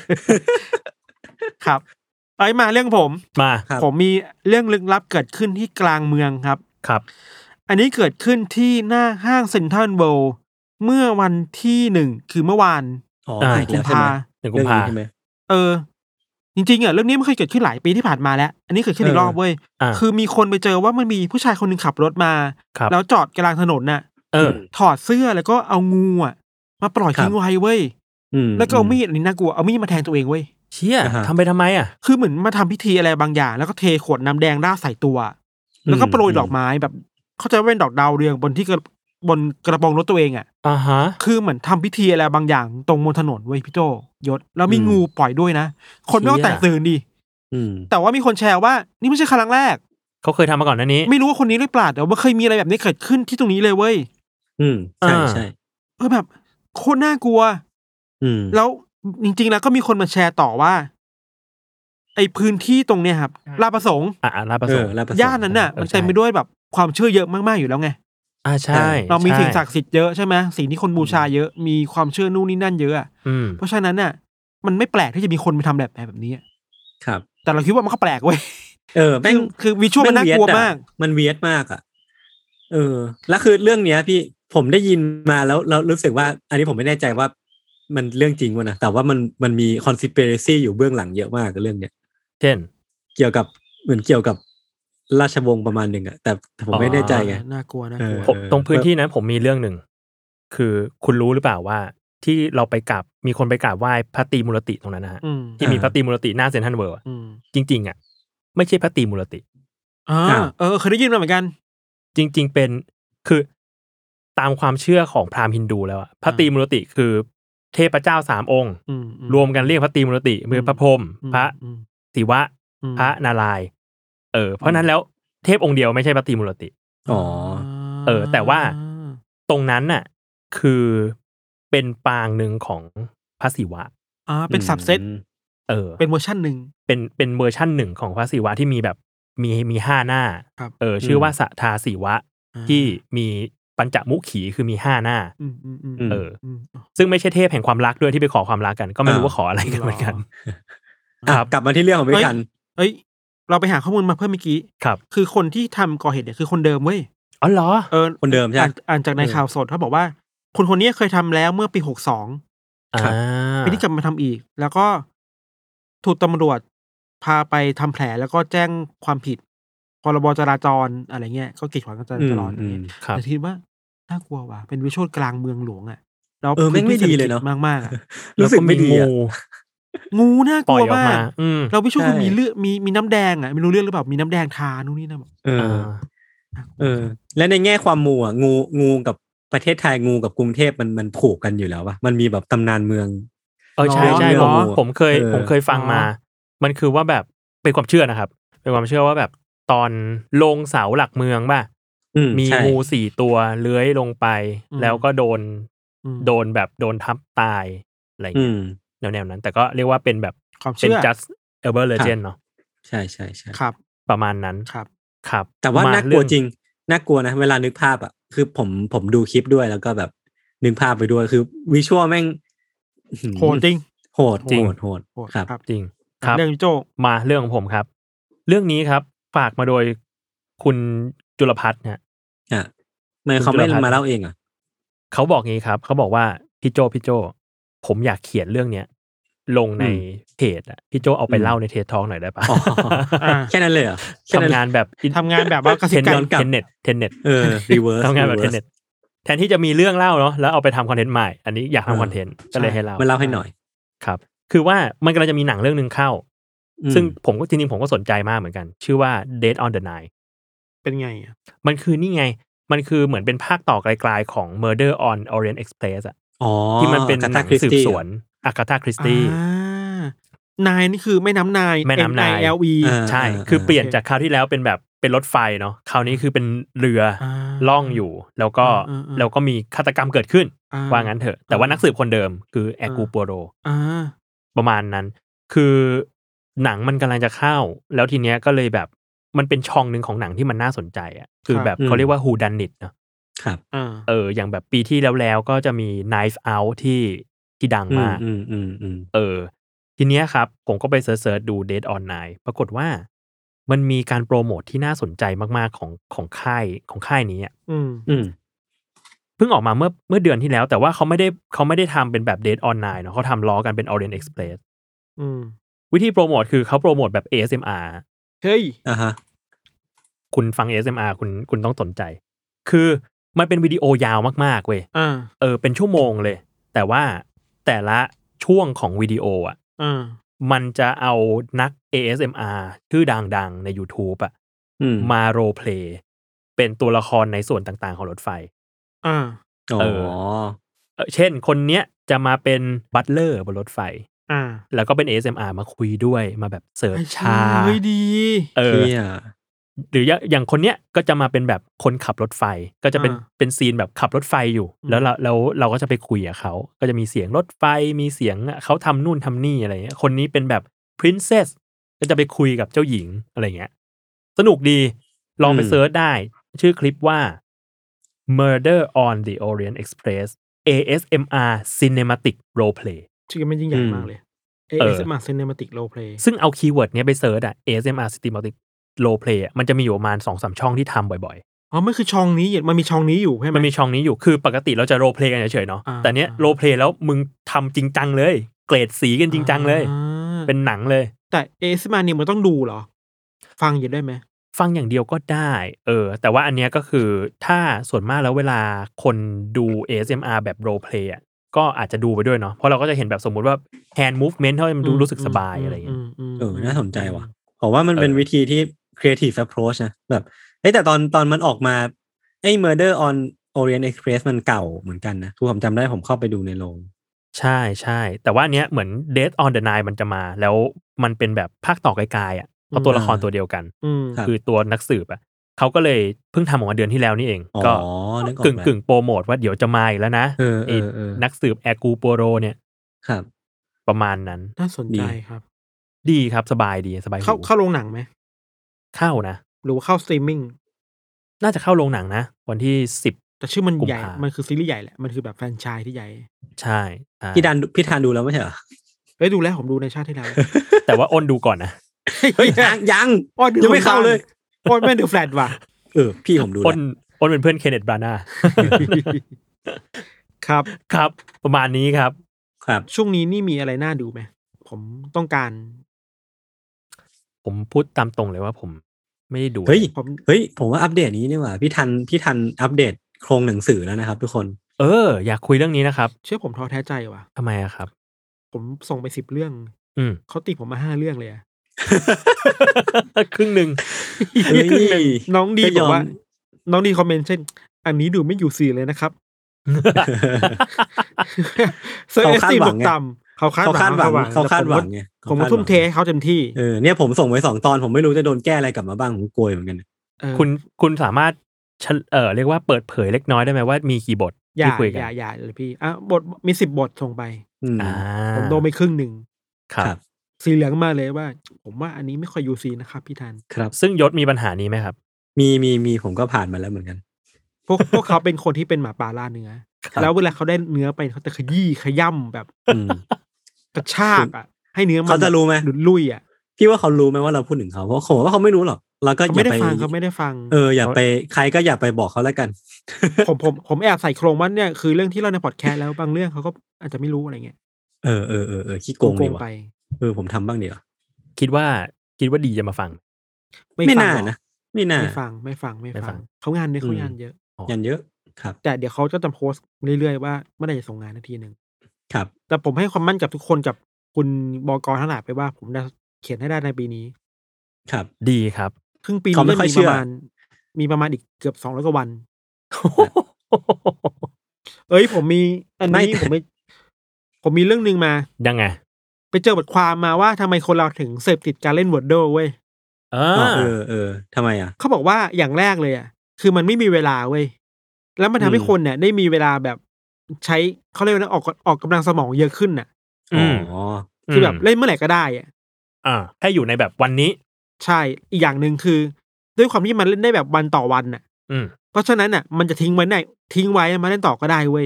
ครับมาเรื่องผมมีเรื่องลึกลับเกิดขึ้นที่กลางเมืองครับอันนี้เกิดขึ้นที่หน้าห้างเซ็นทรัลเวิลด์เมื่อวันที่1คือเมื่อวานกุมภาใช่ไหมจริงๆเรื่องนี้มันเคยเกิดขึ้นหลายปีที่ผ่านมาแล้วอันนี้เกิดขึ้นอีกรอบเว้ยคือมีคนไปเจอว่ามันมีผู้ชายคนนึงขับรถมาแล้วจอดกลางถนนน่ะถอดเสื้อแล้วก็เอางูมาปล่อยทิ้งไว้เว้ยแล้วก็เอามีดอันนี้น่ากลัวเอามีดมาแทงตัวเองเว้ยเชี่ยทำไปทำไมอ่ะคือเหมือนมาทำพิธีอะไรบางอย่างแล้วก็เทขวดน้ำแดงราดใส่ตัวแล้วก็โปรยดอกไม้แบบเข้าใจว่าเป็นดอกดาวเรืองบนกระโปรงรถตัวเองอ่ะคือเหมือนทำพิธีอะไรบางอย่างตรงบนถนนเว้ยพี่โจยศแล้วมีงูปล่อยด้วยนะคนไม่ต้องแตกตื่นดิแต่ว่ามีคนแชร์ว่านี่ไม่ใช่ครั้งแรกเขาเคยทำมาก่อนนั้นนี้ไม่รู้ว่าคนนี้หรือเปล่าแต่ว่าเคยมีอะไรแบบนี้เกิดขึ้นที่ตรงนี้เลยเว้ยใช่ใช่แบบโคตรน่ากลัวแล้วจริงๆแล้วก็มีคนมาแชร์ต่อว่าไอ้พื้นที่ตรงเนี้ยครับลาดประสงค์ลาดประสงค์ย่านนั้นน่ะมันเต็มไปด้วยแบบความเชื่อเยอะมากๆอยู่แล้วไงใช่เรามีสิ่งศักดิ์สิทธิ์เยอะใช่ไหมสิ่งที่คนบูชาเยอะมีความเชื่อนู่นนี่นั่นเยอะเพราะฉะนั้นน่ะมันไม่แปลกที่จะมีคนไปทำแบบนี้ครับแต่เราคิดว่ามันก็แปลกเว้ยแม่งคือวิชวลมันน่ากลัวมากมันเวียดมากอ่ะแล้วคือเรื่องเนี้ยพี่ผมได้ยินมาแล้วรู้สึกว่าอันนี้ผมไม่แน่ใจว่ามันเรื่องจริงวะนะแต่ว่ามันมี conspiracy อยู่เบื้องหลังเยอะมากกับเรื่องเนี้ยเช่นเกี่ยวกับราชวงศ์ประมาณหนึ่งอ่ะแต่ผมไม่แน่ใจไงน่ากลัวตรงพื้นที่นั้นผมมีเรื่องหนึ่งคือคุณรู้หรือเปล่าว่าที่เราไปกราบมีคนไปกราบไหว้พระตรีมูรติตรงนั้นนะฮะที่มีพระตรีมูรติหน้าเซ็นทรัลเวิลด์จริงๆอ่ะไม่ใช่พระตรีมูรติเคยได้ยินมาเหมือนกันจริงๆเป็นคือตามความเชื่อของพราหมณ์ฮินดูแล้วพระตรีมูรติคือเทพเจ้า3องค์รวมกันเรียกพระตรีมูรติมือพระพรหมพระศิวะพระนารายณ์เพราะนั้นแล้วเทพองค์เดียวไม่ใช่พระตรีมูรติแต่ว่าตรงนั้นน่ะคือเป็นปางหนึ่งของพระศิวะเป็นซับเซตเป็นเวอร์ชันหนึ่งเป็นเวอร์ชันหนึ่งของพระศิวะที่มีแบบมี5หน้าชื่อว่าสัทธาศิวะที่มีปัญจมุขีคือมี5หน้าซึ่งไม่ใช่เทพแห่งความรักด้วยที่ไปขอความรักกันก็ไม่รู้ว่าขออะไรกันเหมือนกันครับกลับมาที่เรื่องของพี่กันเราไปหาข้อมูลมาเพิ่มเมื่อกี้ครับคือคนที่ทำก่อเหตุเนี่ยคือคนเดิมเว้ยอ๋อเหรอคนเดิมใช่อ่านจากในข่าวสดเขาบอกว่าคนนี้เคยทำแล้วเมื่อปี62ปีที่กลับมาทำอีกแล้วก็ถูกตำรวจพาไปทำแผลแล้วก็แจ้งความผิดพรบจราจรอะไรเงี้ยก็กีดขวางการจราจรอะไรเงี้ยแต่คิดว่าน่ากลัวว่ะเป็นวิชวลกลางเมืองหลวงอ่ะแล้วไม่ดีเลยเนาะมากๆอ่ะรู้สึกไม่ดีงูน่ากลัวมากเราวิชวลมีเลือดมีน้ำแดงอ่ะไม่รู้เรื่องหรือเปล่ามีน้ำแดงทานู่นนี่นะแบบและในแง่ความงูกับประเทศไทยงูกับกรุงเทพมันผูกกันอยู่แล้วป่ะมันมีแบบตำนานเมืองใช่ผมเคยฟังมามันคือว่าแบบเป็นความเชื่อนะครับเป็นความเชื่อว่าแบบตอนลงเสาหลักเมืองป่ะมีงู4ตัวเลื้อยลงไปแล้วก็โดนแบบโดนทับตายอะไรอย่างเงี้ยแนวนั้นแต่ก็เรียกว่าเป็นแบบเป็น just urban legend เนาะใช่ๆๆครับประมาณนั้นครับแต่ว่าน่ากลัวจริงน่ากลัวนะเวลานึกภาพอ่ะคือผมดูคลิปด้วยแล้วก็แบบนึกภาพไปด้วยคือวิชวลแม่งโหดจริงโหดจริงโหดครับจริงครับเรื่องโจมาเรื่องของผมครับเรื่องนี้ครับฝากมาโดยคุณจุลพัฒน์ฮะไม่เขาไม่มาเล่าเองอ่ะเขาบอกงี้ครับเขาบอกว่าพี่โจผมอยากเขียนเรื่องเนี้ยลงในเพจอ่ะพี่โจเอาไปเล่าในเทสทอล์กหน่อยได้ป่ะแค่นั้นเลยเหรอทำงานแบบว่ากสิกรเทนเน็ตรีเวิร์สทำงานแบบเทนเน็ตแทนที่จะมีเรื่องเล่าเนาะแล้วเอาไปทำคอนเทนต์ใหม่อันนี้อยากทำคอนเทนต์ก็เลยให้เล่ามาเล่าให้หน่อยครับคือว่ามันกำลังจะมีหนังเรื่องนึงเข้าซึ่งผมก็จริงๆผมก็สนใจมากเหมือนกันชื่อว่า Dead on the Nile เป็นไงอ่ะมันคือนี่ไงมันคือเหมือนเป็นภาคต่อไกลๆของ Murder on Orient Express อ่ะที่มันเป็นหนังสืบสวนอากาธาคริสตี้นายนี่คือแม่น้ำนาย NILE ใช่คือเปลี่ยนจากคราวที่แล้วเป็นแบบเป็นรถไฟเนาะคราวนี้คือเป็นเรือล่องอยู่แล้วก็มีฆาตกรรมเกิดขึ้นว่างั้นเถอะแต่ว่านักสืบคนเดิมคือแอกูปัวโรประมาณนั้นคือหนังมันกำลังจะเข้าแล้วทีเนี้ยก็เลยแบบมันเป็นช่องนึงของหนังที่มันน่าสนใจอ่ะคือแบบเขาเรียกว่า Who Done It เนาะครับอย่างแบบปีที่แล้วก็จะมี Knives Out ที่ดังมากทีเนี้ยครับผมก็ไปเสิร์ชดู Dead on Nile ปรากฏว่ามันมีการโปรโมทที่น่าสนใจมากๆของค่ายนี้อ่ะเพิ่งออกมาเมื่อเดือนที่แล้วแต่ว่าเขาไม่ได้ทำเป็นแบบ Dead on Nile เนาะเขาทำล้อกันเป็น Orient Express วิธีโปรโมทคือเขาโปรโมทแบบ ASMR เฮ้ยคุณฟัง ASMR คุณต้องสนใจคือมันเป็นวิดีโอยาวมากๆเว้ยเป็นชั่วโมงเลยแต่ว่าแต่ละช่วงของวิดีโออ่ะมันจะเอานัก ASMR ชื่อดังๆใน YouTube อ่ะมาโรลเพลย์เป็นตัวละครในส่วนต่างๆของรถไฟเช่นคนเนี้ยจะมาเป็นบัตเลอร์บนรถไฟแล้วก็เป็น ASMR มาคุยด้วยมาแบบเสิร์ฟชาดีหรืออย่างคนเนี้ยก็จะมาเป็นแบบคนขับรถไฟก็จะเป็นซีนแบบขับรถไฟอยู่แล้วเราก็จะไปคุยกับเขาก็จะมีเสียงรถไฟมีเสียงเขาทำนู่นทำนี่อะไรเงี้ยคนนี้เป็นแบบ princess ก็จะไปคุยกับเจ้าหญิงอะไรเงี้ยสนุกดีลองไปเซิร์ชได้ชื่อคลิปว่า Murder on the Orient Express ASMR Cinematic Roleplay ชื่อมันยิ่งใหญ่มากเลย ASMR Cinematic Roleplay ซึ่งเอาคีย์เวิร์ดนี้ไปเซิร์ชASMR Cinematic Roleplay มันจะมีอยู่ประมาณ 2-3 ช่องที่ทำบ่อยๆมันคือช่องนี้มันมีช่องนี้อยู่ใช่ไหมมันมีช่องนี้อยู่คือปกติเราจะโรลเพลย์กันเฉยๆเนาะแต่เนี้ยโรลเพลย์แล้วมึงทำจริงจังเลยเกรดสีกันจริงจังเลยเป็นหนังเลยแต่ ASMR เนี่ยมันต้องดูเหรอฟังอยู่ได้ไหมฟังอย่างเดียวก็ได้แต่ว่าอันเนี้ยก็คือถ้าส่วนมากแล้วเวลาคนดู ASMR แบบโรลเพลย์ก็อาจจะดูไปด้วยเนาะเพราะเราก็จะเห็นแบบสมมุติว่า hand movement ให้มันดูรู้สึกสบายอะไรอย่างเงี้ยน่าสนใจว่ะผมว่ามันเป็นวิธีที่ creative approach นะแบบแต่ตอนมันออกมาMurder on Orient Express มันเก่าเหมือนกันนะผมจำได้ผมเข้าไปดูในโรงใช่ๆแต่ว่าเนี้ยเหมือน Death on the Nile มันจะมาแล้วมันเป็นแบบภาคต่อไกลๆเพราะตัวละครตัวเดียวกันคือตัวนักสืบเขาก็เลยเพิ่งทำออกมาเดือนที่แล้วนี่เองก็กึ่งโปรโมทว่าเดี๋ยวจะมาอีกแล้วนะนักสืบแอกูโปโรเนี่ยครับประมาณนั้นน่าสนใจครับดีครับสบายดีสบายเข้าโรงหนังไหมเข้านะหรือว่าเข้าสตรีมมิ่งน่าจะเข้าโรงหนังนะวันที่10 แต่ชื่อมันใหญ่มันคือซีรีส์ใหญ่แหละมันคือแบบแฟรนไชส์ที่ใหญ่ใช่พี่ทานดูแล้วไม่ใช่เหรอดูแล้วผมดูในชาติที่แล้วแต่ว่าอ้นดูก่อนนะเฮ้ยยังไม่เข้าเลยอ้นไม่ดูแฟลชว่ะพี่ผมดูอ้นเป็นเพื่อนเคนเนธ บรานาครับประมาณนี้ครับช่วงนี้นี่มีอะไรน่าดูไหมผมต้องการผมพูดตามตรงเลยว่าผมไม่ได้ดูเฮ้ยผมว่าอัปเดตนี้นี่หว่าพี่ทันอัปเดตโครงหนังสือแล้วนะครับทุกคนอยากคุยเรื่องนี้นะครับเชื่อผมท้อแท้ใจว่ะทำไมอะครับผมส่งไป10 เรื่องเขาติผมมา5 เรื่องเลยครึ่งนึงน้องดีบอกว่าน้องดีคอมเมนต์เช่นอันนี้ดูไม่อยู่4เลยนะครับเขาคาดหวังต่ำเขาคาดหวังไงผมทุ่มเทให้เขาเต็มที่เนี่ยผมส่งไว้2 ตอนผมไม่รู้จะโดนแก้อะไรกลับมาบ้างผมกลัวเหมือนกันคุณสามารถเรียกว่าเปิดเผยเล็กน้อยได้ไหมว่ามีกี่บทที่คุยกันอย่าเลยพี่บทมี10 บทส่งไปผมโดนไปครึ่งนึงครับสีเหลืองมาเลยว่าผมว่าอันนี้ไม่ค่อยยูซีนะครับพี่ธันครับซึ่งยศมีปัญหานี้ไหมครับมีผมก็ผ่านมาแล้วเหมือนกันพวกเขาเป็นคนที่เป็นหมาป่าล่าเนื้อแล้วเวลาเขาได้เนื้อไปเขาจะขย่ำแบบกระชากให้เนื้อมันเขาจะรู้ไหมหลุดลุ่ยพี่ว่าเขารู้ไหมว่าเราพูดถึงเขาเพราะผมว่าเขาไม่รู้หรอกเราก็อย่าไปเขาไม่ได้ฟังอย่าไปใครก็อย่าไปบอกเขาแล้วกันผมแอบใส่โครงว่าเนี่ยคือเรื่องที่เราในพอดแคสต์แล้วบางเรื่องเขาก็อาจจะไม่รู้อะไรเงี้ยขี้โกงดีว่ะผมทำบ้างเดี๋ยวคิดว่าดีจะมาฟังไม่น่านะไม่ฟังเขางานเยอะงานเยอะครับแต่เดี๋ยวเขาจะโพสต์เรื่อยๆว่าเมื่อไหร่จะส่งงานนาทีนึงครับแต่ผมให้ความมั่นกับทุกคนกับคุณบก.ทั้งหลายไปว่าผมจะเขียนให้ได้ในปีนี้ครับดีครับครึ่งปีนี้มีประมาณอีกเกือบ200 กว่าวันผมมีอันนี้ผมมีเรื่องนึงมายังไงไปเจอบทความมาว่าทำไมคนเราถึงเสพติดการเล่น Wordle เว้ยทำไมเขาบอกว่าอย่างแรกเลยคือมันไม่มีเวลาเว้ยแล้วมันทำให้คนเนี่ยได้มีเวลาแบบใช้เขาเรียกว่าออกกำลังสมองเยอะขึ้นคือแบบเล่นเมื่อไหร่ก็ได้แค่อยู่ในแบบวันนี้ใช่อีกอย่างนึงคือด้วยความที่มันเล่นได้แบบวันต่อวันเพราะฉะนั้นมันจะทิ้งไว้มาเล่นต่อก็ได้เว้ย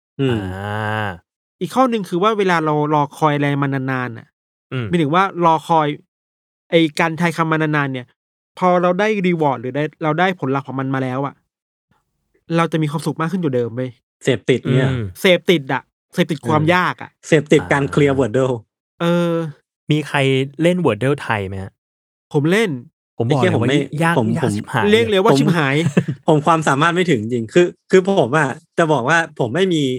อีกข้อนึงคือว่าเวลาเรารอคอยอะไรมานานๆหมายถึงว่ารอคอยไอ้การทายคำมานานๆเนี่ยพอเราได้รีวอร์ดหรือเราได้ผลลัพธ์ของมันมาแล้วเราจะมีความสุขมากขึ้นอยู่เดิมเว้ยเสพติดเนี่ยเสพติดความยากเสพติดการเคลียร์ Wordle มีใครเล่น Wordle ไทยไหมฮะผมเล่นผมบอกเลยว่ายากชิบหายเรียกเลยว่าชิบหายผมความสามารถไม่ถึงจริงคือผมจะบอกว่าผมไม่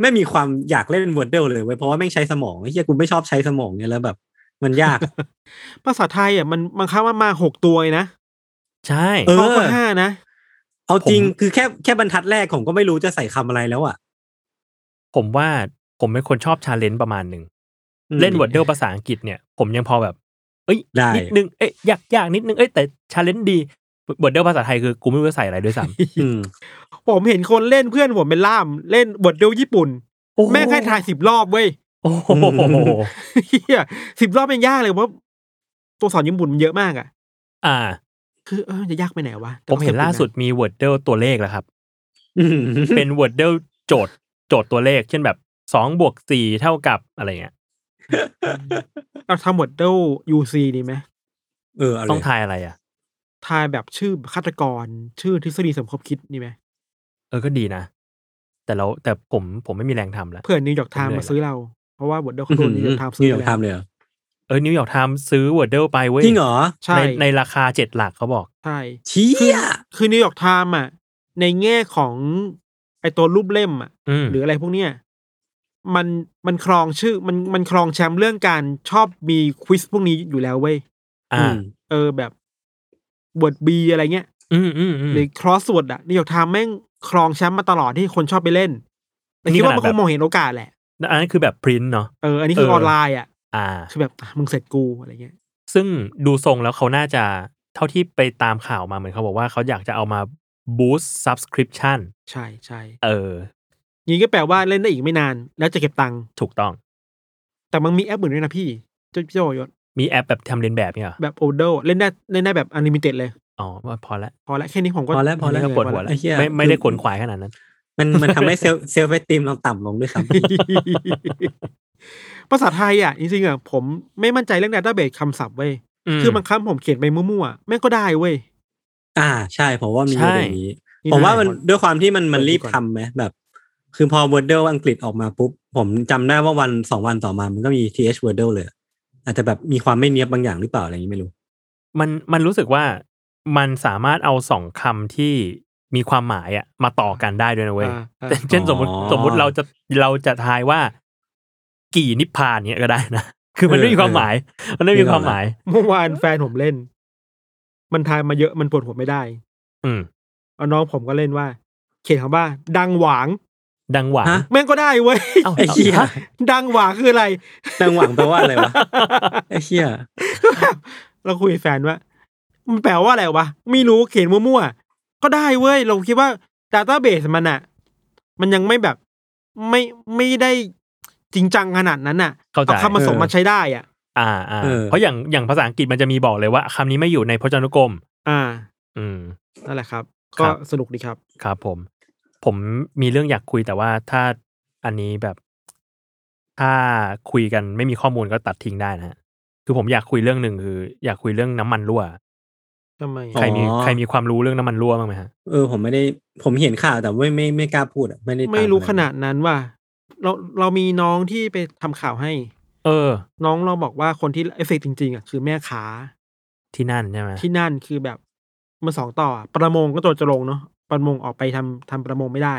ไม่มีความอยากเล่น Wordle เลยเว้ยเพราะว่าไม่ใช้สมองไอ้เหี้ยกูไม่ชอบใช้สมองเนี่ยแล้วแบบมันยากภาษาไทยอ่ะมันบางครั้งมันมา6ตัวนะใช่ก็5นะเอาจริงคือแค่บรรทัดแรกผมก็ไม่รู้จะใส่คำอะไรแล้วอ่ะผมว่าผมเป็นคนชอบ challenge ประมาณนึงเล่น Wordle ภาษาอังกฤษเนี่ยผมยังพอแบบนิดนึงยากนิดนึงแต่ challenge ดีWordle ภาษาไทยคือกูไม่รู้จะใส่อะไรด้วยซ้ำผมเห็นคนเล่นเพื่อนผมเป็นล่ามเล่น Wordle ญี่ปุ่นแม่งให้ทาย10 รอบเว้ยโอ้โหเหี้ย10 รอบยังยากเลยเพราะตัวสอนญี่ปุ่นมันเยอะมากคือจะยากไปไหนวะผมเห็นล่าสุดมี Wordle ตัวเลขแล้วครับเป็น Wordle โจทย์ตัวเลขเช่นแบบ2 + 4เท่ากับอะไรเงี้ยเราทำ Wordle UC ดีไหมต้องทายอะไรทายแบบชื่อฆาตกรชื่อทฤษฎีสมคบคิดนี่ไหมก็ดีนะแต่ผมไม่มีแรงทำแล้วเพื่อนนิวยอร์กไทม์มาซื้อเราเพราะว่า Wordle เขาโดนนิวยอร์กไทม์ซื้อเลยนิวยอร์กไทม์ซื้อ Wordle ไปเว้ยจริงเหรอใช่ในราคา7 หลักเขาบอกใช่เชี่ยคือนิวยอร์กไทม์ในแง่ของไอตัวรูปเล่มหรืออะไรพวกเนี้ยมันครองชื่อมันครองแชมป์เรื่องการชอบมีควิซพวกนี้อยู่แล้วเว้ยแบบบท B อะไรเงี้ยหรือ crossword นิวยอร์กไทม์แม่งครองแชมป์มาตลอดที่คนชอบไปเล่นแต่คิดว่ามันคงมองเห็นโอกาสแหละอันนั้นคือแบบพรินท์เนาะอันนี้คือออนไลน์คือแบบมึงเสร็จกูอะไรเงี้ยซึ่งดูทรงแล้วเขาน่าจะเท่าที่ไปตามข่าวมาเหมือนเขาบอกว่าเขาอยากจะเอามา boost subscription ใช่ใช่นี่ก็แปลว่าเล่นได้อีกไม่นานแล้วจะเก็บตังค์ถูกต้องแต่มันมีแอปอื่นด้วยนะพี่เจ้ายศมีแอปแบบทำเลียนแบบเนี่ยแบบ Odoo เล่นได้แบบ unlimited เลยพอแล้วแค่นี้ผมก็พอแล้วก็ปวดหัวแล้วไม่ได้ขวนขวายขนาดนั้นมันทำให้เซลฟ์เอสติมเราต่ำลงด้วยซ้ำภาษาไทยจริงๆผมไม่มั่นใจเรื่อง database คำศัพท์เว้ยคือบางครั้งผมเขียนไปมั่วๆแม่งก็ได้เว้ยใช่ผมว่ามีประเด็นนี้ผมว่ามันด้วยความที่มันรีบทำไหมแบบคือพอ Wordle อังกฤษออกมาปุ๊บผมจำได้ว่า2 วันต่อมามันก็มี TH Wordle เลยอาจจะแบบมีความไม่เนียบบางอย่างหรือเปล่าอะไรอย่างนี้ไม่รู้มันรู้สึกว่ามันสามารถเอา2 คำที่มีความหมายมาต่อกันได้ด้วยนะเว้ยเช่นสมมติเราจะทายว่ากี่นิพพานเนี่ยก็ได้นะคือมันไม่มีความหมายมันไม่มีความหมายเมื่อวานแฟนผมเล่นมันทายมาเยอะมันปวดหัวไม่ได้เอาน้องผมก็เล่นว่าเขียนคำว่าดังหวางแม่งก็ได้เว้ยไอ้เหี้ยดังหวางคืออะไรดังหวางแปลว่าอะไรวะไอ้เหี้ยเราคุยกับแฟนว่ามันแปลว่าอะไรวะไม่รู้เขียนมั่วๆก็ได้เว้ยเราคิดว่า database มันยังไม่แบบไม่ได้จริงจังขนาดนั้นเอาคำผสมมาใช้ได้เพราะอย่างภาษาอังกฤษมันจะมีบอกเลยว่าคำนี้ไม่อยู่ในพจนานุกรมนั่นแหละครับก็สนุกดีครับครับผมมีเรื่องอยากคุยแต่ว่าถ้าอันนี้แบบถ้าคุยกันไม่มีข้อมูลก็ตัดทิ้งได้นะฮะคือผมอยากคุยเรื่องหนึ่งคืออยากคุยเรื่องน้ำมันรั่วทำไมใครมีความรู้เรื่องน้ำมันรั่วบ้างไหมฮะผมเห็นข่าวแต่ไม่กล้าพูดไม่รู้ขนาดนั้นว่าเรามีน้องที่ไปทำข่าวให้น้องเราบอกว่าคนที่เอฟเฟกต์จริงๆคือแม่ค้าที่นั่นใช่ไหมที่นั่นคือแบบมัน2ต่อประมงก็ตัวจะลงเนาะประมงออกไปทำประมงไม่ได้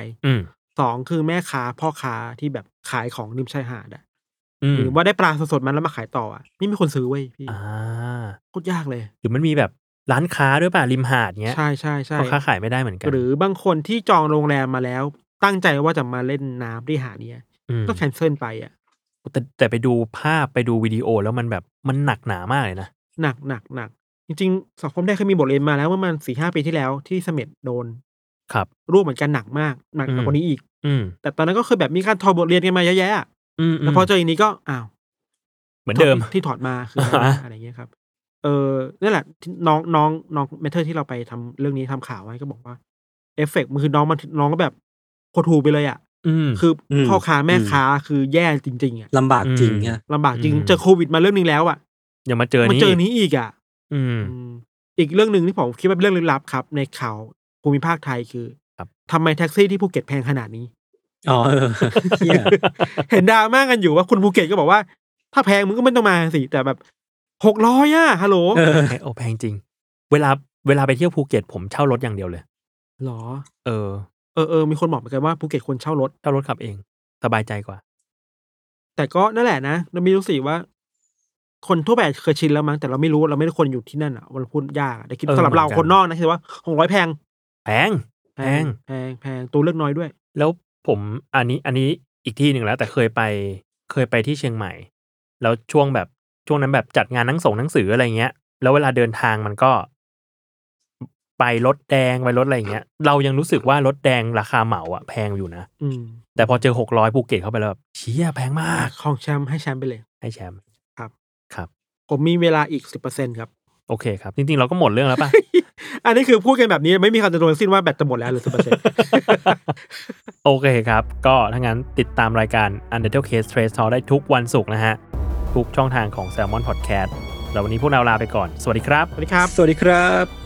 2คือแม่ค้าพ่อค้าที่แบบขายของริมชายหาดหรือว่าได้ปลาสดๆมันแล้วมาขายต่อไม่มีคนซื้อเว้ยพี่โคตรยากเลยหรือมันมีแบบร้านค้าด้วยป่ะริมหาดเงี้ยใช่พ่อค้าขายไม่ได้เหมือนกันหรือบางคนที่จองโรงแรมมาแล้วตั้งใจว่าจะมาเล่นน้ำที่หาดเนี้ยก็แคนเซิลไปแต่ไปดูภาพไปดูวิดีโอแล้วมันแบบมันหนักหนามากเลยนะหนักจริงๆสังคมได้เคยมีบทเรียนมาแล้วว่ามัน 4-5 ปีที่แล้วที่เสม็ดโดนครับรูปเหมือนกันหนักมากหนักกว่านี้อีกแต่ตอนนั้นก็คือแบบมีการถอดบทเรียนกันมาเยอะแยะแล้วพอเจออย่างนี้ก็เหมือนเดิมที่ถอดมาคืออะไรเงี้ยครับนั่นแหละน้องเมเทอร์ที่เราไปทำเรื่องนี้ทำข่าวไว้ก็บอกว่าเอฟเฟกต์มันคือน้องก็แบบโคตรถูไปเลยคือพ่อค้าแม่ค้าคือแย่จริงๆลำบากจริงฮะลำบากจริงเจอโควิดมาเรื่องนึงแล้วอย่ามาเจอนี้อีกอีกเรื่องนึงที่ผมคิดว่าเป็นเรื่องลึกลับครับในข่าวภูมิภาคไทยคือทำไมแท็กซี่ที่ภูเก็ตแพงขนาดนี้เห็นดราม่ากันอยู่ว่าคุณภูเก็ตก็บอกว่าถ้าแพงมึงก็ไม่ต้องมาสิแต่แบบ600ฮัลโหลแพงจริงเวลาไปเที่ยวภูเก็ตผมเช่ารถอย่างเดียวเลยหรอมีคนบอกเหมือนกันว่าภูเก็ตคนเช่ารถขับเองสบายใจกว่าแต่ก็นั่นแหละนะเรามีรู้สึกว่าคนทั่วไปเคยชินแล้วมั้งแต่เราไม่รู้เราไม่ได้คนอยู่ที่นั่นอ่ะมันพูดยากแต่คิดสำหรับเราคนนอกนะคิดว่า600แพงตัวเลือกน้อยด้วยแล้วผมอันนี้อีกที่หนึ่งแล้วแต่เคยไปที่เชียงใหม่แล้วช่วงนั้นแบบจัดงานหนังสืออะไรเงี้ยแล้วเวลาเดินทางมันก็ไปรถแดงไปรถอะไรเงี้ยเรายังรู้สึกว่ารถแดงราคาเหมาอ่ะแพงอยู่นะแต่พอเจอ600ภูเก็ตเข้าไปแล้วแบบเชี่ยแพงมากของแชมป์ให้แชมป์ไปเลยให้แชมป์ครับผมมีเวลาอีก 10% ครับโอเคครับจริงๆเราก็หมดเรื่องแล้วป่ะอันนี้คือพูดกันแบบนี้ไม่มีคำตอบสิ้นว่าแบตจะหมดแล้วหรือ 10% โอเคครับก็ถ้างั้นติดตามรายการ Untitled Case Trace Talk ได้ทุกวันศุกร์นะฮะทุกช่องทางของ Salmon Podcast แล้ววันนี้พวกเราลาไปก่อนสวัสดีครับสวัสดีครับสวัสดีครับ